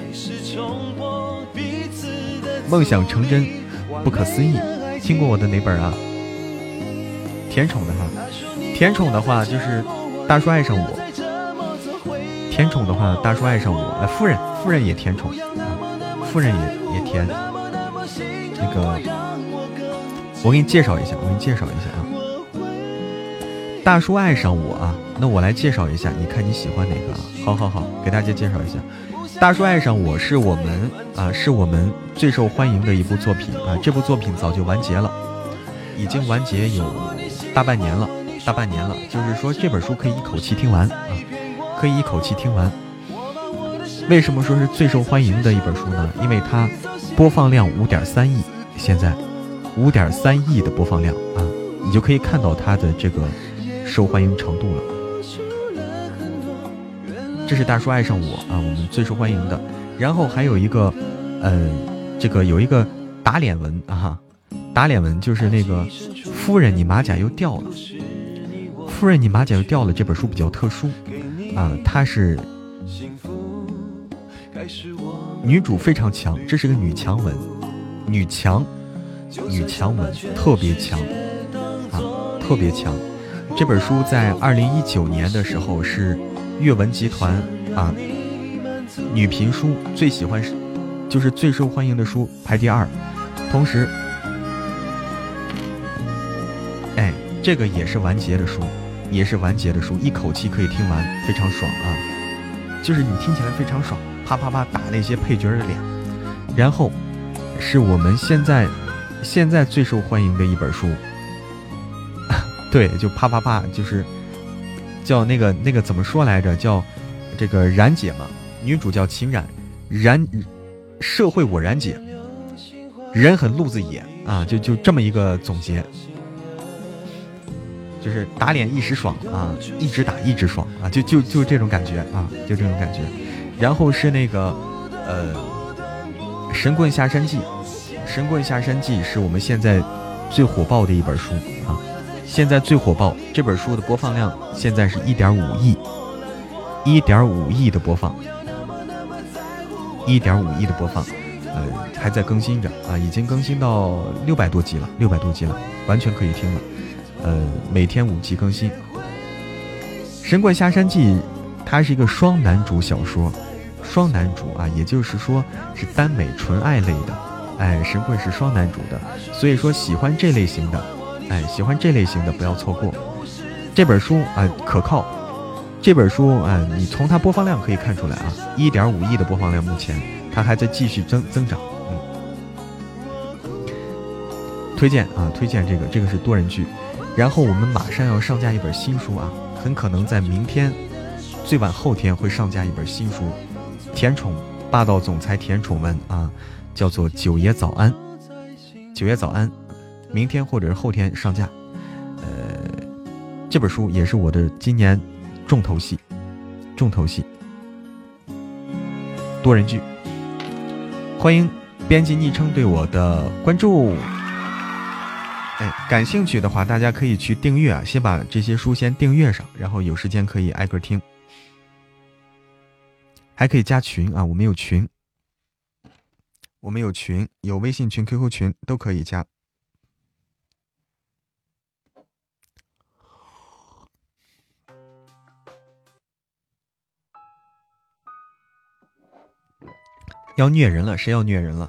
梦想成真，不可思议。听过我的哪本啊？甜宠的哈。甜宠的话就是大叔爱上我，甜宠的话大叔爱上我，哎，夫人夫人也甜宠，夫人也也甜。那个我给你介绍一下，我给你介绍一下啊。大叔爱上我啊，那我来介绍一下，你看你喜欢哪个啊？好好好，给大家介绍一下。大叔爱上我是我们啊，是我们最受欢迎的一部作品啊，这部作品早就完结了，已经完结有大半年了。大半年了，就是说这本书可以一口气听完啊，可以一口气听完。为什么说是最受欢迎的一本书呢？因为它播放量五点三亿，现在五点三亿的播放量啊，你就可以看到它的这个受欢迎程度了。这是大叔爱上我啊，我们最受欢迎的。然后还有一个，呃，这个有一个打脸文啊，打脸文就是那个夫人你马甲又掉了。夫人你马甲又掉了这本书比较特殊啊，它是女主非常强，这是个女强文，女强女强文特别强啊，特别强。 这本书在二零一九年的时候是阅文集团啊女频书最喜欢就是最受欢迎的书排第二，同时，哎，这个也是完结的书，也是完结的书，一口气可以听完，非常爽啊！就是你听起来非常爽，啪啪啪打那些配角的脸，然后是我们现在现在最受欢迎的一本书，对，就啪啪啪，就是叫那个那个怎么说来着？叫这个冉姐嘛，女主叫秦冉，冉。社会我然解，人很路子野啊，就就这么一个总结，就是打脸一时爽啊，一直打一直爽啊，就就就这种感觉啊，就这种感觉。然后是那个呃，《神棍下山记》，《神棍下山记》是我们现在最火爆的一本书啊，现在最火爆这本书的播放量现在是一点五亿，一点五亿的播放。一点五亿的播放，呃，还在更新着啊，已经更新到六百多集了，六百多集了，完全可以听了。呃，每天五集更新。《神棍下山记》它是一个双男主小说，双男主啊，也就是说是耽美纯爱类的。哎，神棍是双男主的，所以说喜欢这类型的，哎，喜欢这类型的不要错过这本书啊，可靠。这本书啊，你从它播放量可以看出来啊，一点五亿的播放量，目前它还在继续增增长。嗯，推荐啊，推荐这个，这个是多人剧。然后我们马上要上架一本新书啊，很可能在明天，最晚后天会上架一本新书，甜宠霸道总裁甜宠文啊，叫做《九爷早安》，九爷早安，明天或者是后天上架。呃，这本书也是我的今年。重头戏，重头戏，多人剧，欢迎编辑昵称对我的关注。哎，感兴趣的话，大家可以去订阅啊，先把这些书先订阅上，然后有时间可以挨个听，还可以加群啊，我们有群，我们有群，有微信群、Q Q 群都可以加。要虐人了，谁要虐人了？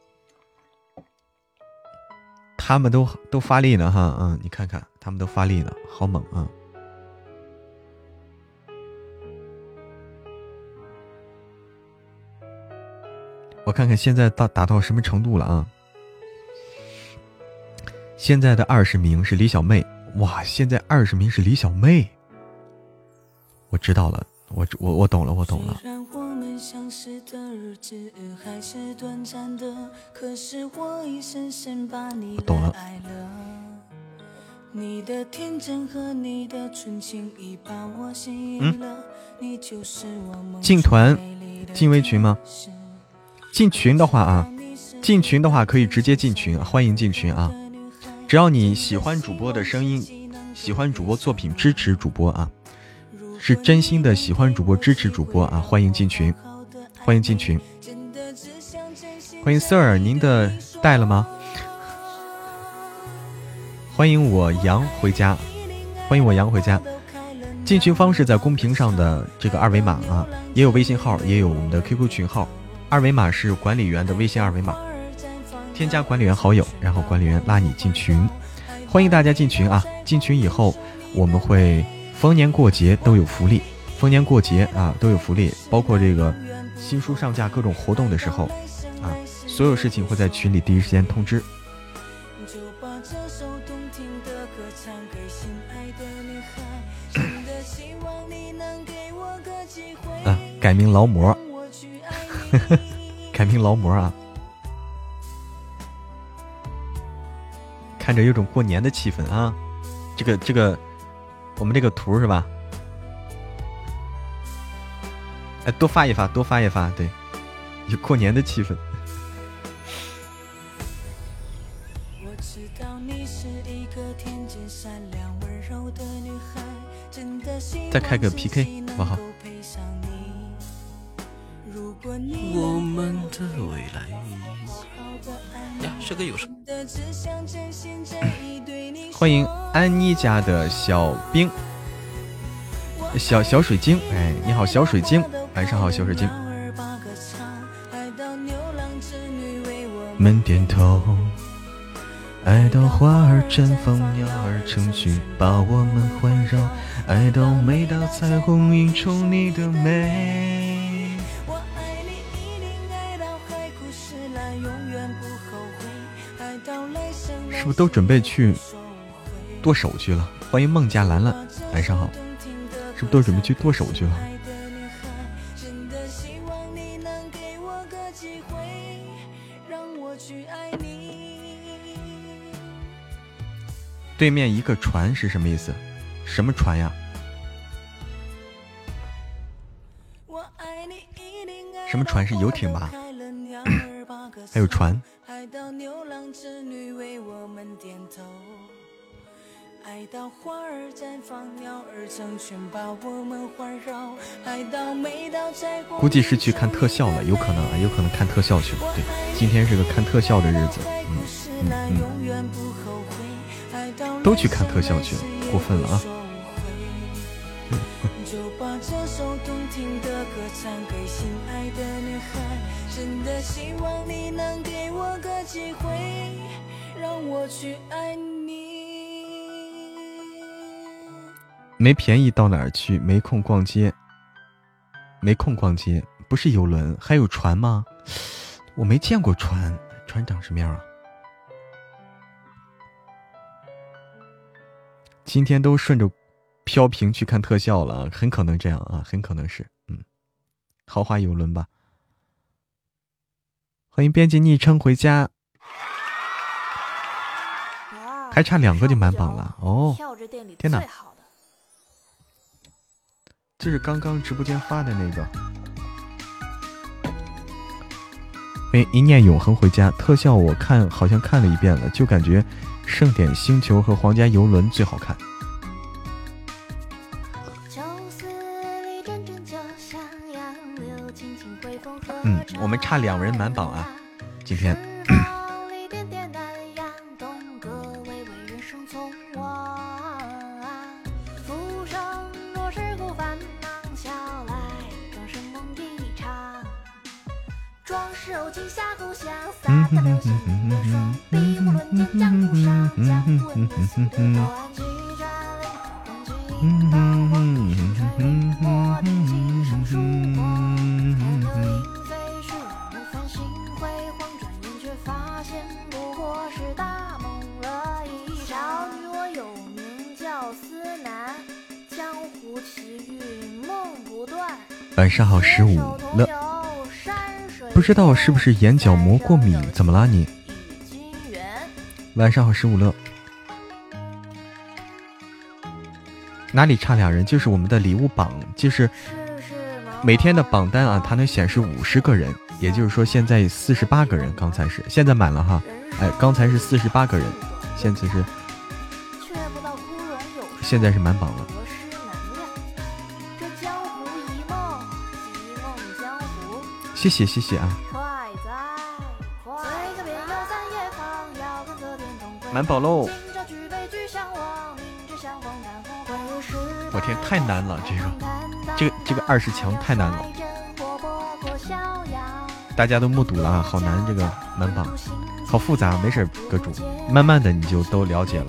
他们都都发力呢哈，嗯，你看看他们都发力呢，好猛啊！我看看现在到达到什么程度了啊？现在的二十名是李小妹，哇！现在二十名是李小妹，我知道了，我我我懂了，我懂了。相识的日子还是短暂的，可是我已深深把你爱了。你的天真和你的纯情已把我吸引了，你就是我梦。进团进微群吗？进群的话啊，进群的话可以直接进群，欢迎进群啊！只要你喜欢主播的声音，喜欢主播作品，支持主播啊，是真心的喜欢主播，支持主播啊，欢迎进群。欢迎进群，欢迎 Sir， 您的带了吗？欢迎我杨回家，欢迎我杨回家。进群方式在公屏上的这个二维码啊，也有微信号，也有我们的 Q Q 群号。二维码是管理员的微信二维码，添加管理员好友，然后管理员拉你进群。欢迎大家进群啊！进群以后，我们会逢年过节都有福利，逢年过节啊都有福利，包括这个。新书上架各种活动的时候啊，所有事情会在群里第一时间通知。啊，改名劳模，改名劳模啊，看着有种过年的气氛啊。这个这个，我们这个图是吧？哎，多发一发，多发一发，对，有过年的气氛。再开个 P K 好不好？ 我们的未来呀，这个有什么？ 欢迎安妮家的小冰，小小水晶，哎，你好，小水晶，晚上好，小水晶。们点头，爱到花儿绽放，鸟儿成群，把我们环绕，爱到每道彩虹映出你的美。是不是都准备去剁手去了？欢迎孟家兰兰，晚上好。是不是都准备去剁手去了？对面一个船是什么意思？什么船呀？什么船？是游艇吧？还有船。爱到花儿绽放，鸟儿成群，把我们环绕，爱到每道彩虹。估计是去看特效了，有可能啊，有可能看特效去了。对，今天是个看特效的日子，嗯嗯嗯，都去看特效去了，过分了啊！就把这首动听的歌唱给心爱的女孩，真的希望你能给我个机会，让我去爱你。没便宜到哪儿去？没空逛街，没空逛街，不是游轮，还有船吗？我没见过船，船长什么样啊？今天都顺着飘屏去看特效了，很可能这样啊，很可能是，嗯，豪华游轮吧。欢迎编辑昵称回家，还差两个就满榜了哦！天哪！这是刚刚直播间发的那个。欢迎一念永恒回家，特效我看好像看了一遍了，就感觉盛典星球和皇家游轮最好看。嗯，我们差两人满榜啊，今天。嗯哼哼哼哼哼哼晚上好，十五了。不知道是不是眼角膜过敏？怎么了你？晚上好，十五乐。哪里差俩人？就是我们的礼物榜，就是每天的榜单啊，它能显示五十个人，也就是说现在四十八个人，刚才是，现在满了哈。哎，刚才是四十八个人，现在是，现在是满榜了。谢谢谢谢啊！满宝喽！我天，太难了，这个，这个这个二十强太难了，大家都目睹了啊，好难，这个满榜，好复杂，没事，阁主，慢慢的你就都了解了。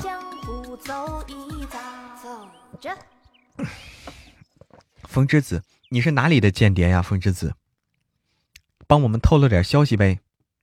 风之子，你是哪里的间谍呀？风之子。帮我们透露点消息呗。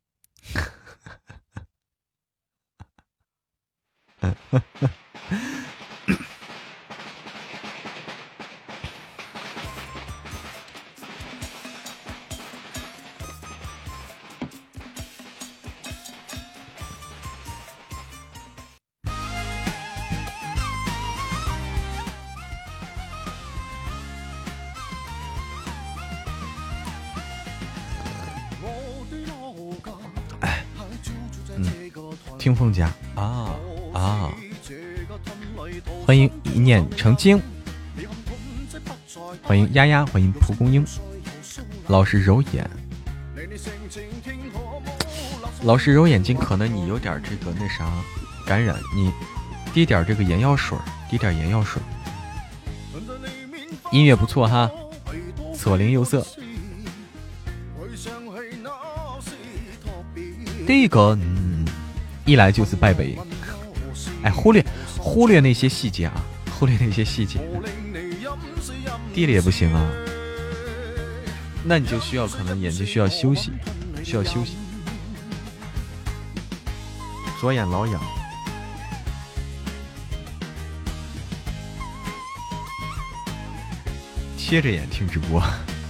听风家啊啊！欢迎一念成精，欢迎丫丫，欢迎蒲公英，老是揉眼，老是揉眼睛，可能你有点这个那啥感染，你滴点这个眼药水，滴点眼药水。音乐不错哈，左邻右舍。第一个，嗯，一来就是败北。哎，忽略忽略那些细节啊，忽略那些细节。低了也不行啊，那你就需要可能眼睛需要休息，需要休息。左眼老痒。贴着眼听直播，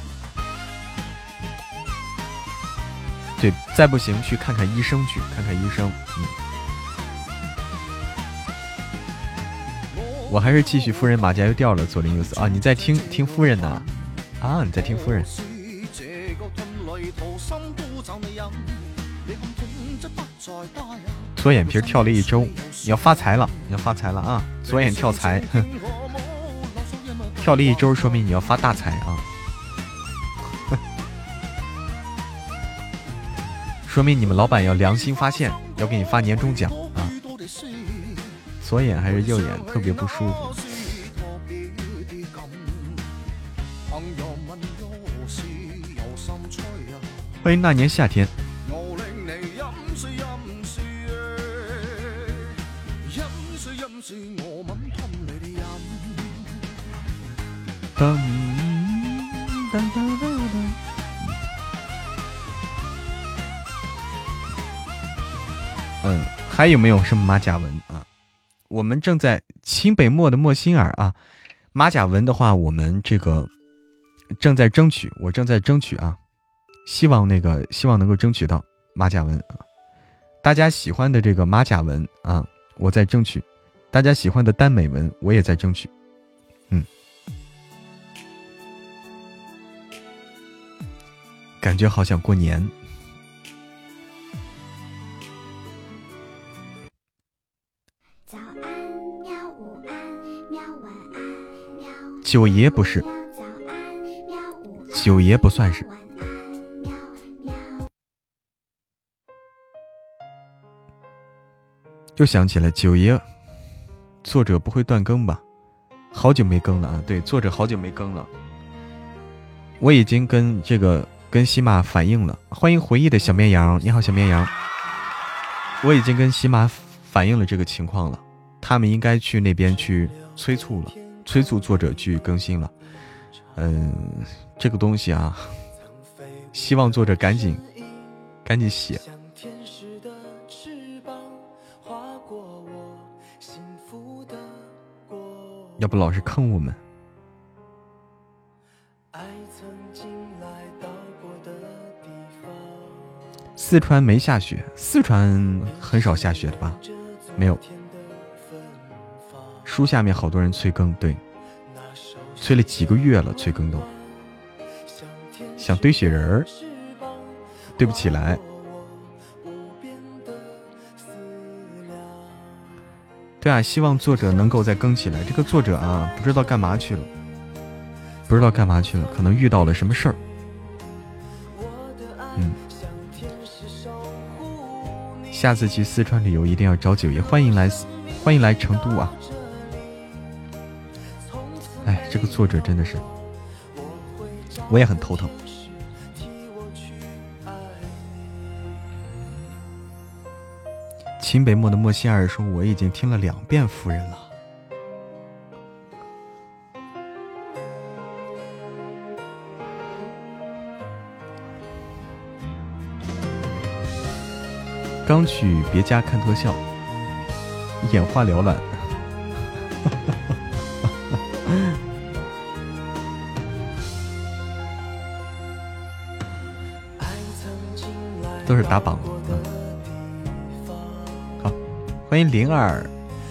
对，再不行去看看医生去，看看医生。嗯，我还是继续夫人马甲又掉了，左邻右舍啊！你在听听夫人呢？啊，你在听夫人。左眼皮跳了一周，你要发财了，你要发财了啊！左眼跳财，哼。跳了一周，说明你要发大财啊！说明你们老板要良心发现，要给你发年终奖啊！左眼还是右眼特别不舒服。欢迎那年夏天。当当当当当。嗯，还有没有什么马甲纹啊？我们正在清北漠的莫辛尔啊，马甲纹的话，我们这个正在争取，我正在争取啊，希望那个希望能够争取到马甲纹啊。大家喜欢的这个马甲纹啊，我在争取；大家喜欢的耽美纹，我也在争取。嗯。感觉好想过年。早安喵，午安喵，晚安喵。九爷不是，九爷不算是。又想起来九爷，作者不会断更吧？好久没更了啊！对，作者好久没更了。我已经跟这个。跟喜马反映了，欢迎回忆的小绵羊，你好小绵羊，我已经跟喜马反映了这个情况了，他们应该去那边去催促了，催促作者去更新了。嗯，这个东西啊，希望作者赶紧赶紧写。要不老是坑我们。四川没下雪，四川很少下雪的吧？没有。书下面好多人催更，对，催了几个月了，催更都。想堆雪人儿，堆不起来。对啊，希望作者能够再更起来。这个作者啊，不知道干嘛去了，不知道干嘛去了，可能遇到了什么事儿。嗯。下次去四川旅游一定要找九爷，欢迎来，欢迎来成都啊！哎，这个作者真的是，我也很头疼。秦北漠的莫西尔说，我已经听了两遍夫人了。刚去别家看特效，眼花缭乱。都是打榜。嗯，好，欢迎灵儿。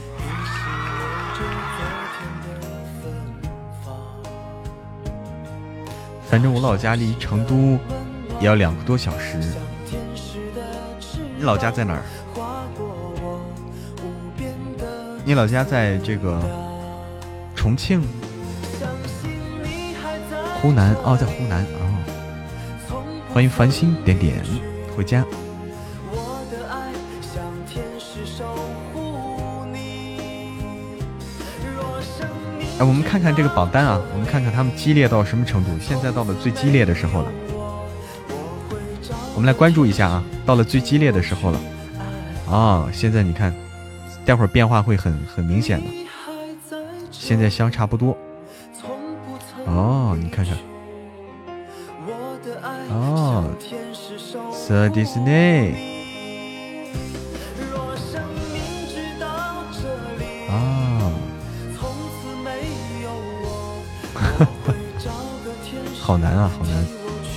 反正我老家离成都也要两个多小时。你老家在哪儿？你老家在这个重庆、湖南哦，在湖南哦。欢迎繁星点点回家。 哎，我们看看这个榜单啊，我们看看他们激烈到什么程度。现在到了最激烈的时候了，我们来关注一下啊，到了最激烈的时候了。啊，现在你看，待会儿变化会很很明显的。现在相差不多。哦，你看看。哦 ，So Disney。啊。好难啊，好难。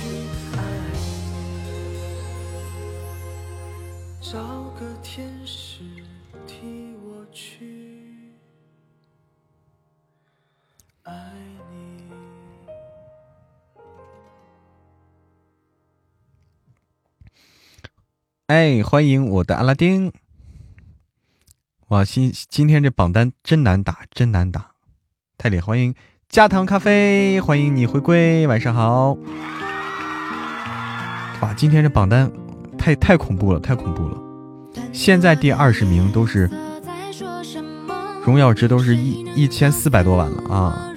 哎，欢迎我的阿拉丁！哇，今今天这榜单真难打，真难打，太厉害！欢迎加糖咖啡，欢迎你回归，晚上好！哇，今天这榜单太太恐怖了，太恐怖了！现在第二十名都是荣耀值都是一一千四百多万了啊！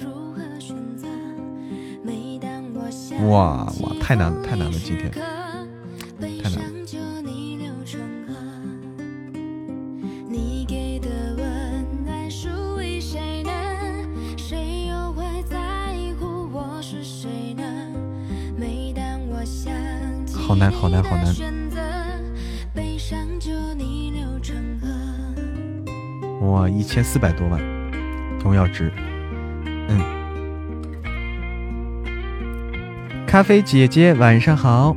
哇哇，太难了，太难了，今天太难了。好难，好难，好难！哇，一千四百多万，荣耀值。嗯，咖啡姐姐晚上好。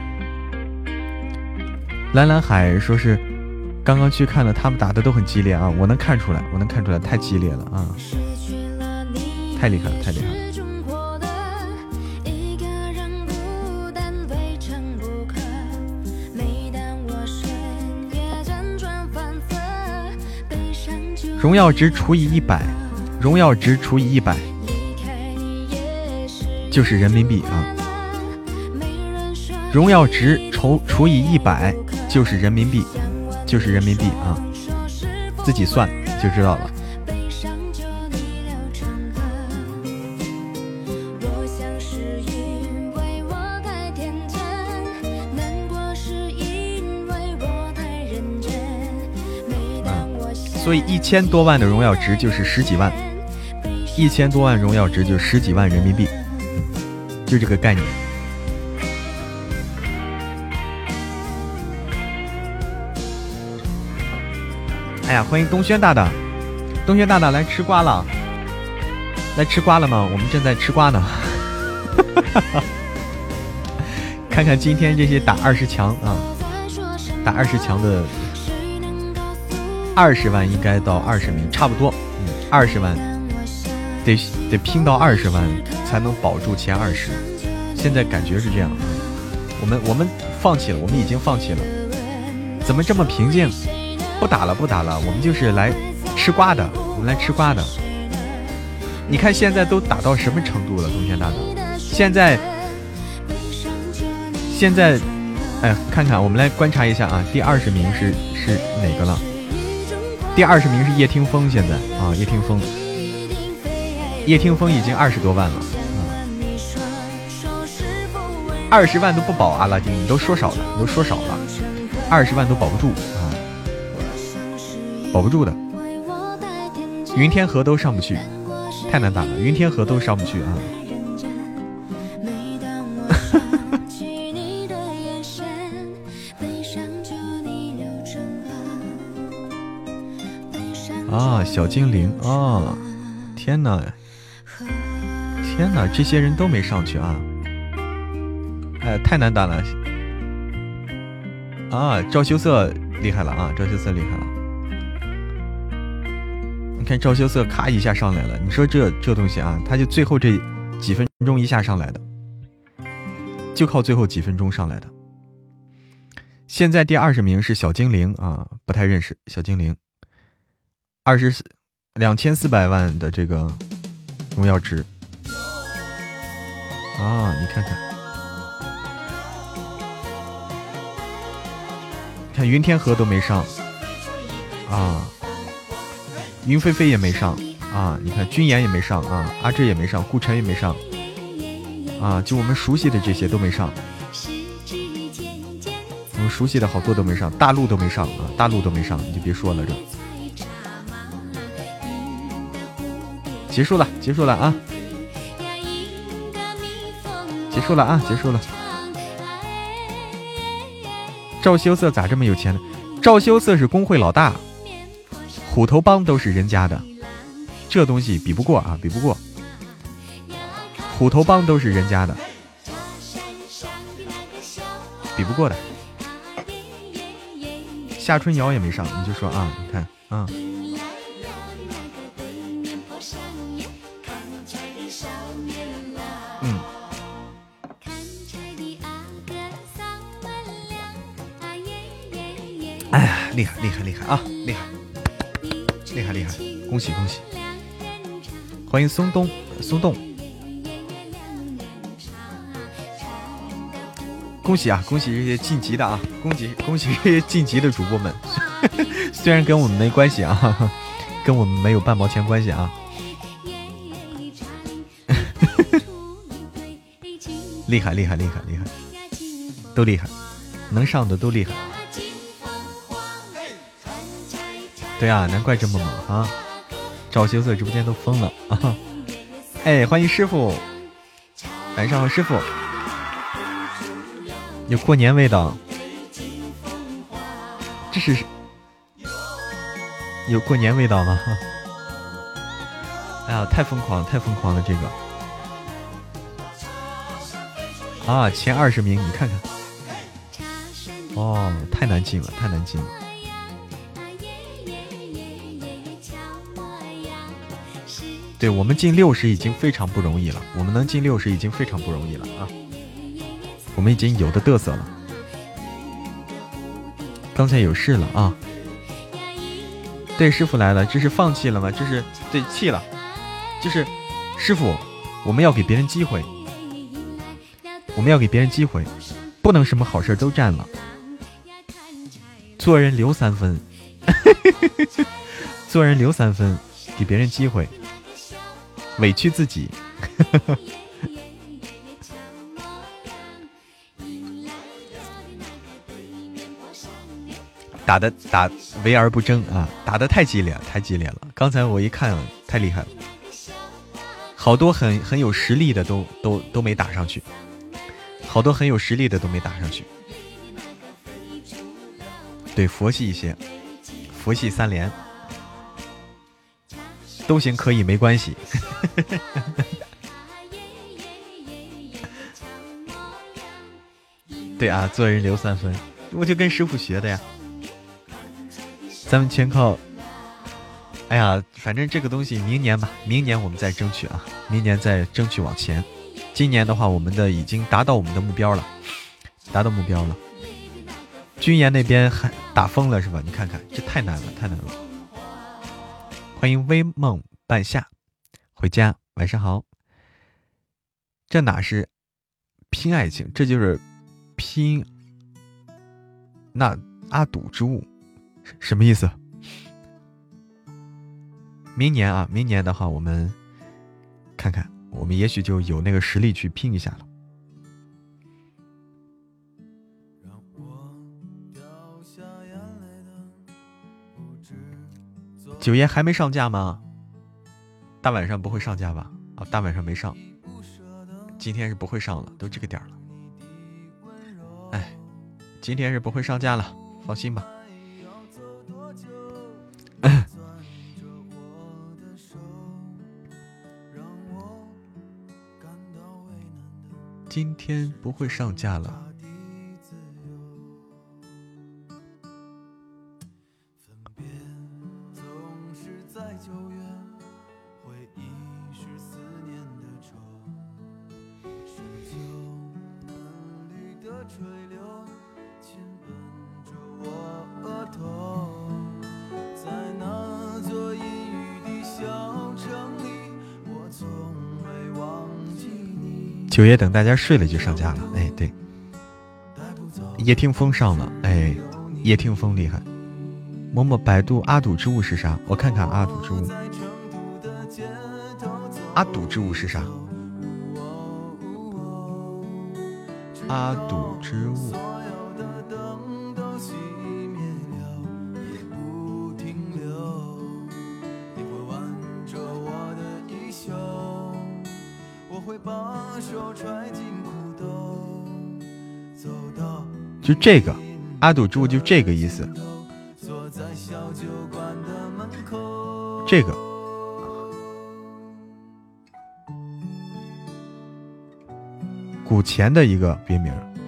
蓝蓝海说是刚刚去看了，他们打的都很激烈啊，我能看出来，我能看出来，太激烈了啊，太厉害了，太厉害了。荣耀值除以一百，荣耀值除以一百，就是人民币啊。荣耀值除除以一百，就是人民币，就是人民币啊。自己算就知道了。所以一千多万的荣耀值就是十几万，一千多万荣耀值就十几万人民币，就这个概念。哎呀，欢迎东轩大大，东轩大大来吃瓜了，来吃瓜了吗？我们正在吃瓜呢。看看今天这些打二十强啊，打二十强的。二十万应该到二十名，差不多。嗯，二十万得得拼到二十万才能保住前二十。现在感觉是这样，我们我们放弃了，我们已经放弃了。怎么这么平静？不打了，不打了，我们就是来吃瓜的，我们来吃瓜的。你看现在都打到什么程度了，东轩大大？现在现在，哎，看看我们来观察一下啊，第二十名是是哪个了？第二十名是叶听风，现在啊，叶听风，叶听风已经二十多万了，啊，二十万都不保阿拉丁，你都说少了，你都说少了，二十万都保不住啊，保不住的，云天河都上不去，太难打了，云天河都上不去啊。啊，小精灵啊、哦！天哪，天哪，这些人都没上去啊！哎，太难打了啊！赵羞涩厉害了啊！赵羞涩厉害了！你看赵羞涩咔一下上来了，你说这这东西啊，他就最后这几分钟一下上来的，就靠最后几分钟上来的。现在第二十名是小精灵啊，不太认识小精灵。二十四两千四百万的这个荣耀值啊，你看看，看云天河都没上啊，云飞飞也没上啊，你看君言也没上啊，阿志也没上，顾晨也没上啊，就我们熟悉的这些都没上，我们熟悉的好多都没上，大陆都没上啊，大陆都没上，你就别说了，这结束了，结束了啊，结束了啊，结束了。赵羞涩咋这么有钱呢？赵羞涩是工会老大，虎头帮都是人家的，这东西比不过啊，比不过。虎头帮都是人家的，比不过的。夏春瑶也没上，你就说啊，你看啊。嗯。哎呀，厉害厉害厉害啊，厉害厉害厉害，恭喜恭喜！欢迎松东松动，恭喜啊恭喜这些晋级的啊，恭喜恭喜这些晋级的主播们，虽然跟我们没关系啊，跟我们没有半毛钱关系啊。厉害厉害厉害厉害，都厉害，能上的都厉害。对啊，难怪这么猛啊！赵羞涩直播间都疯了啊！哎，欢迎师傅，晚上好，师傅，有过年味道，这是有过年味道吗？哎呀，太疯狂，太疯狂了这个啊！前二十名，你看看，哦，太难进了，太难进了。对，我们进六十已经非常不容易了，我们能进六十已经非常不容易了啊！我们已经有的嘚瑟了。刚才有事了啊！对，师傅来了，这是放弃了吗？这是对弃了，就是师傅，我们要给别人机会，我们要给别人机会，不能什么好事都占了，做人留三分，做人留三分，给别人机会。委屈自己，打的打围而不争啊，打的太激烈，太激烈了。刚才我一看，太厉害了，好多很很有实力的都都都没打上去，好多很有实力的都没打上去。对，佛系一些，佛系三连。都行，可以，没关系。对啊，做人留三分，我就跟师傅学的呀。咱们全靠，哎呀，反正这个东西明年吧，明年我们再争取啊，明年再争取往前。今年的话，我们的已经达到我们的目标了，达到目标了。军研那边还打疯了是吧？你看看，这太难了，太难了。欢迎微梦半夏回家，晚上好。这哪是拼爱情，这就是拼那阿堵之物，什么意思？明年啊，明年的话，我们看看，我们也许就有那个实力去拼一下了。九爷还没上架吗？大晚上不会上架吧？啊，大晚上没上，今天是不会上了，都这个点了。哎，今天是不会上架了，放心吧。今天不会上架了。九爷等大家睡了就上架了，哎，对，叶听风上了，哎，叶听风厉害。摸摸百度阿堵之物是啥？我看看阿堵之物。 阿堵之物是啥？阿堵之物。就这个阿堵之物，就这个意思。这个古钱的一个别名，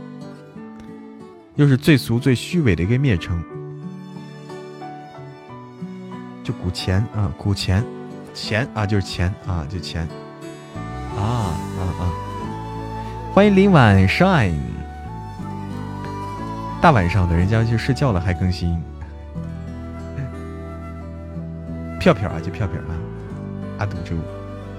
又是最俗最虚伪的一个蔑称。就古钱啊，古钱，钱啊就是钱啊，就钱啊啊啊！欢迎林晚 shine。大晚上的人家去睡觉了还更新，票票啊就票票啊，阿堵之物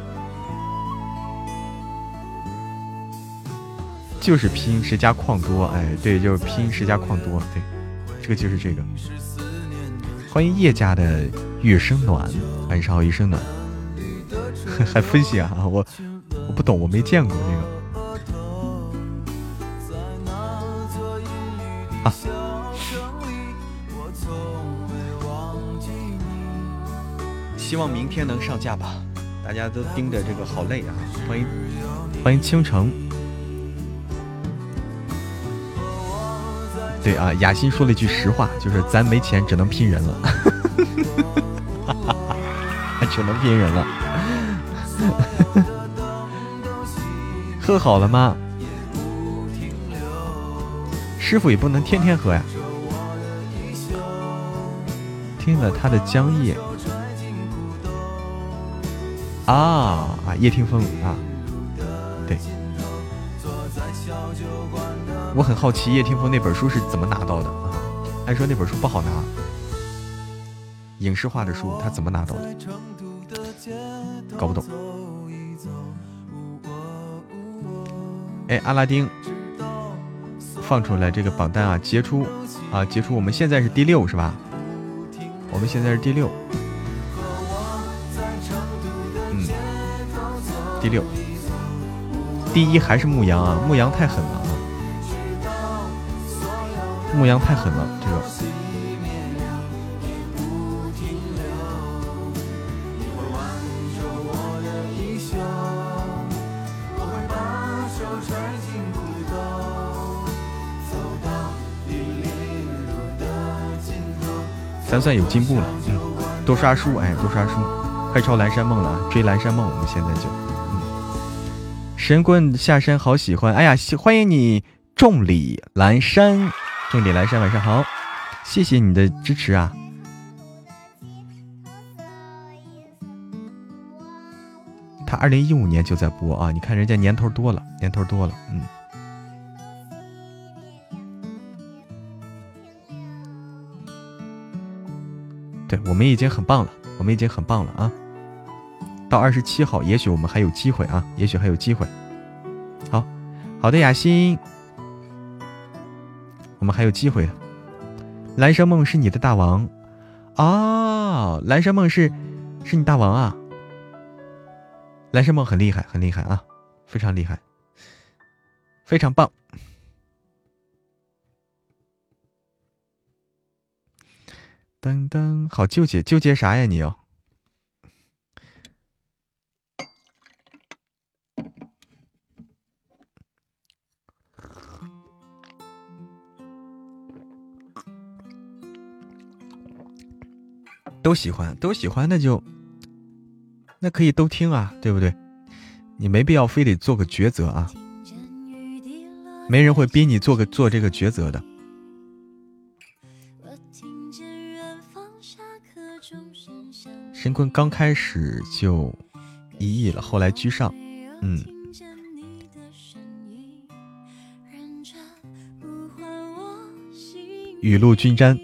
就是拼谁家矿多，哎对，就是拼谁家矿多，对，这个就是这个。欢迎叶家的月生暖，晚上好一生暖，还分析啊，我我不懂，我没见过这个。啊，希望明天能上架吧，大家都盯着这个好累啊！欢迎欢迎倾城。对啊，雅欣说了一句实话，就是咱没钱，只能拼人了，只能拼人了。喝好了吗？师傅也不能天天喝呀。听了他的江夜啊啊，叶听风啊，对。我很好奇叶听风那本书是怎么拿到的啊？按说那本书不好拿，影视化的书他怎么拿到的？搞不懂。哎，阿拉丁放出来这个榜单啊，杰出啊，杰出，我们现在是第六是吧？我们现在是第六，嗯，第六，第一还是牧羊啊，牧羊太狠了啊，牧羊太狠了，这个。咱算有进步了，嗯，多刷书，哎，多刷书，快抄蓝山梦了，追蓝山梦，我们现在就，嗯，神棍下山好喜欢，哎呀，欢迎你众里蓝山，众里蓝山，晚上好，谢谢你的支持啊。他二零一五年就在播啊，你看人家年头多了，年头多了，嗯。对，我们已经很棒了，我们已经很棒了啊！到二十七号，也许我们还有机会啊，也许还有机会。好，好的，雅欣，我们还有机会的。蓝山梦是你的大王哦，蓝山梦是是你大王啊！蓝山梦很厉害，很厉害啊，非常厉害，非常棒。噔噔，好纠结，纠结啥呀你哦？都喜欢，都喜欢，那就那可以都听啊，对不对？你没必要非得做个抉择啊，没人会逼你做个做这个抉择的。神棍刚开始就一亿了，后来居上，嗯。雨露均沾，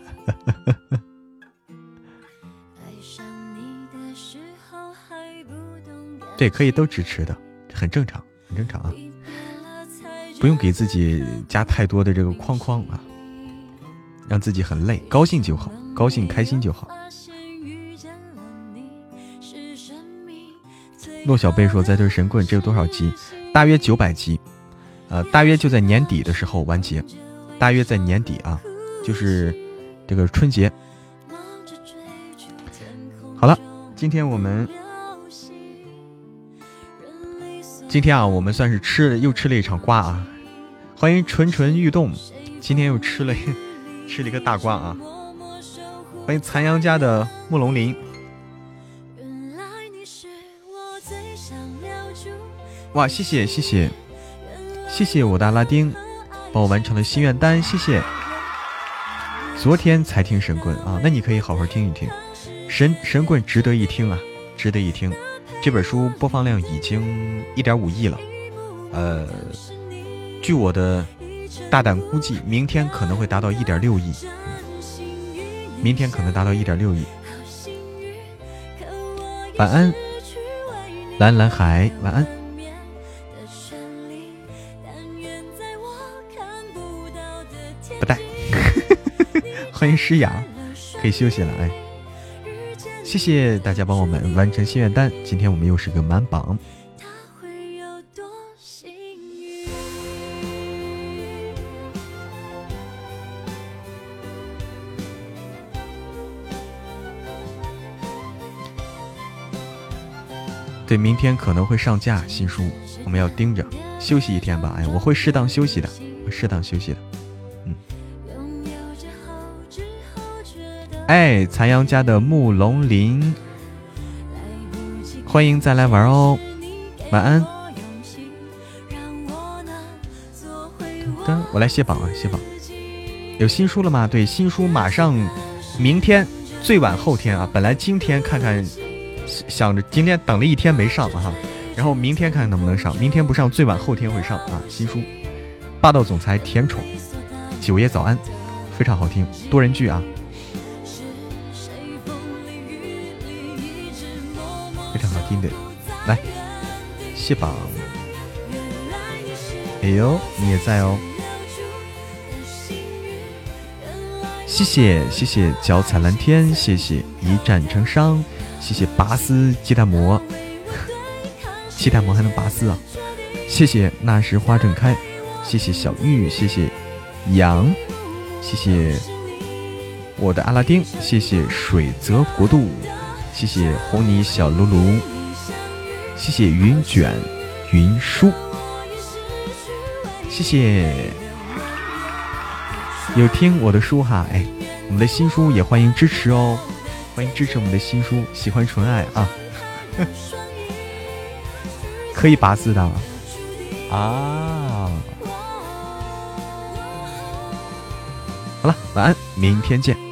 对，可以都支持的，很正常，很正常啊，不用给自己加太多的这个框框啊，让自己很累，高兴就好，高兴开心就好。 骆小贝说在这神棍这有多少集？大约九百集，呃，大约就在年底的时候完结，大约在年底啊，就是这个春节。好了，今天我们今天啊，我们算是吃了又吃了一场瓜啊！欢迎蠢蠢欲动，今天又吃了吃了一个大瓜啊！欢迎残阳家的慕龙林。哇，谢谢谢谢谢谢我的阿拉丁，帮我完成了心愿单，谢谢。昨天才听神棍啊，那你可以好好听一听，神神棍值得一听啊，值得一听。这本书播放量已经 一点五亿了，呃，据我的大胆估计，明天可能会达到 一点六亿，明天可能达到 一点六亿。晚安，蓝蓝海，晚安。不带欢迎诗雅，可以休息了。哎，谢谢大家帮我们完成心愿单，今天我们又是个满榜。对，明天可能会上架新书，我们要盯着，休息一天吧。哎，我会适当休息的，会适当休息的。嗯。哎，残阳家的慕龙林，欢迎再来玩哦，晚安。我来卸榜啊，卸榜。有新书了吗？对，新书马上，明天最晚后天啊。本来今天看看。想着今天等了一天没上啊，然后明天看看能不能上，明天不上最晚后天会上啊。新书霸道总裁甜宠九爷早安，非常好听，多人剧啊，非常好听的。来卸榜，哎呦你也在哦，谢谢谢谢脚踩蓝天，谢谢一战成伤，谢谢拔丝鸡蛋膜，鸡蛋膜还能拔丝啊！谢谢那时花正开，谢谢小玉，谢谢羊，谢谢我的阿拉丁，谢谢水泽国度，谢谢红泥小卢卢，谢谢云卷云舒，谢谢有听我的书哈，哎，我们的新书也欢迎支持哦。欢迎支持我们的新书，喜欢纯爱啊，可以拔丝的啊。好了，晚安，明天见。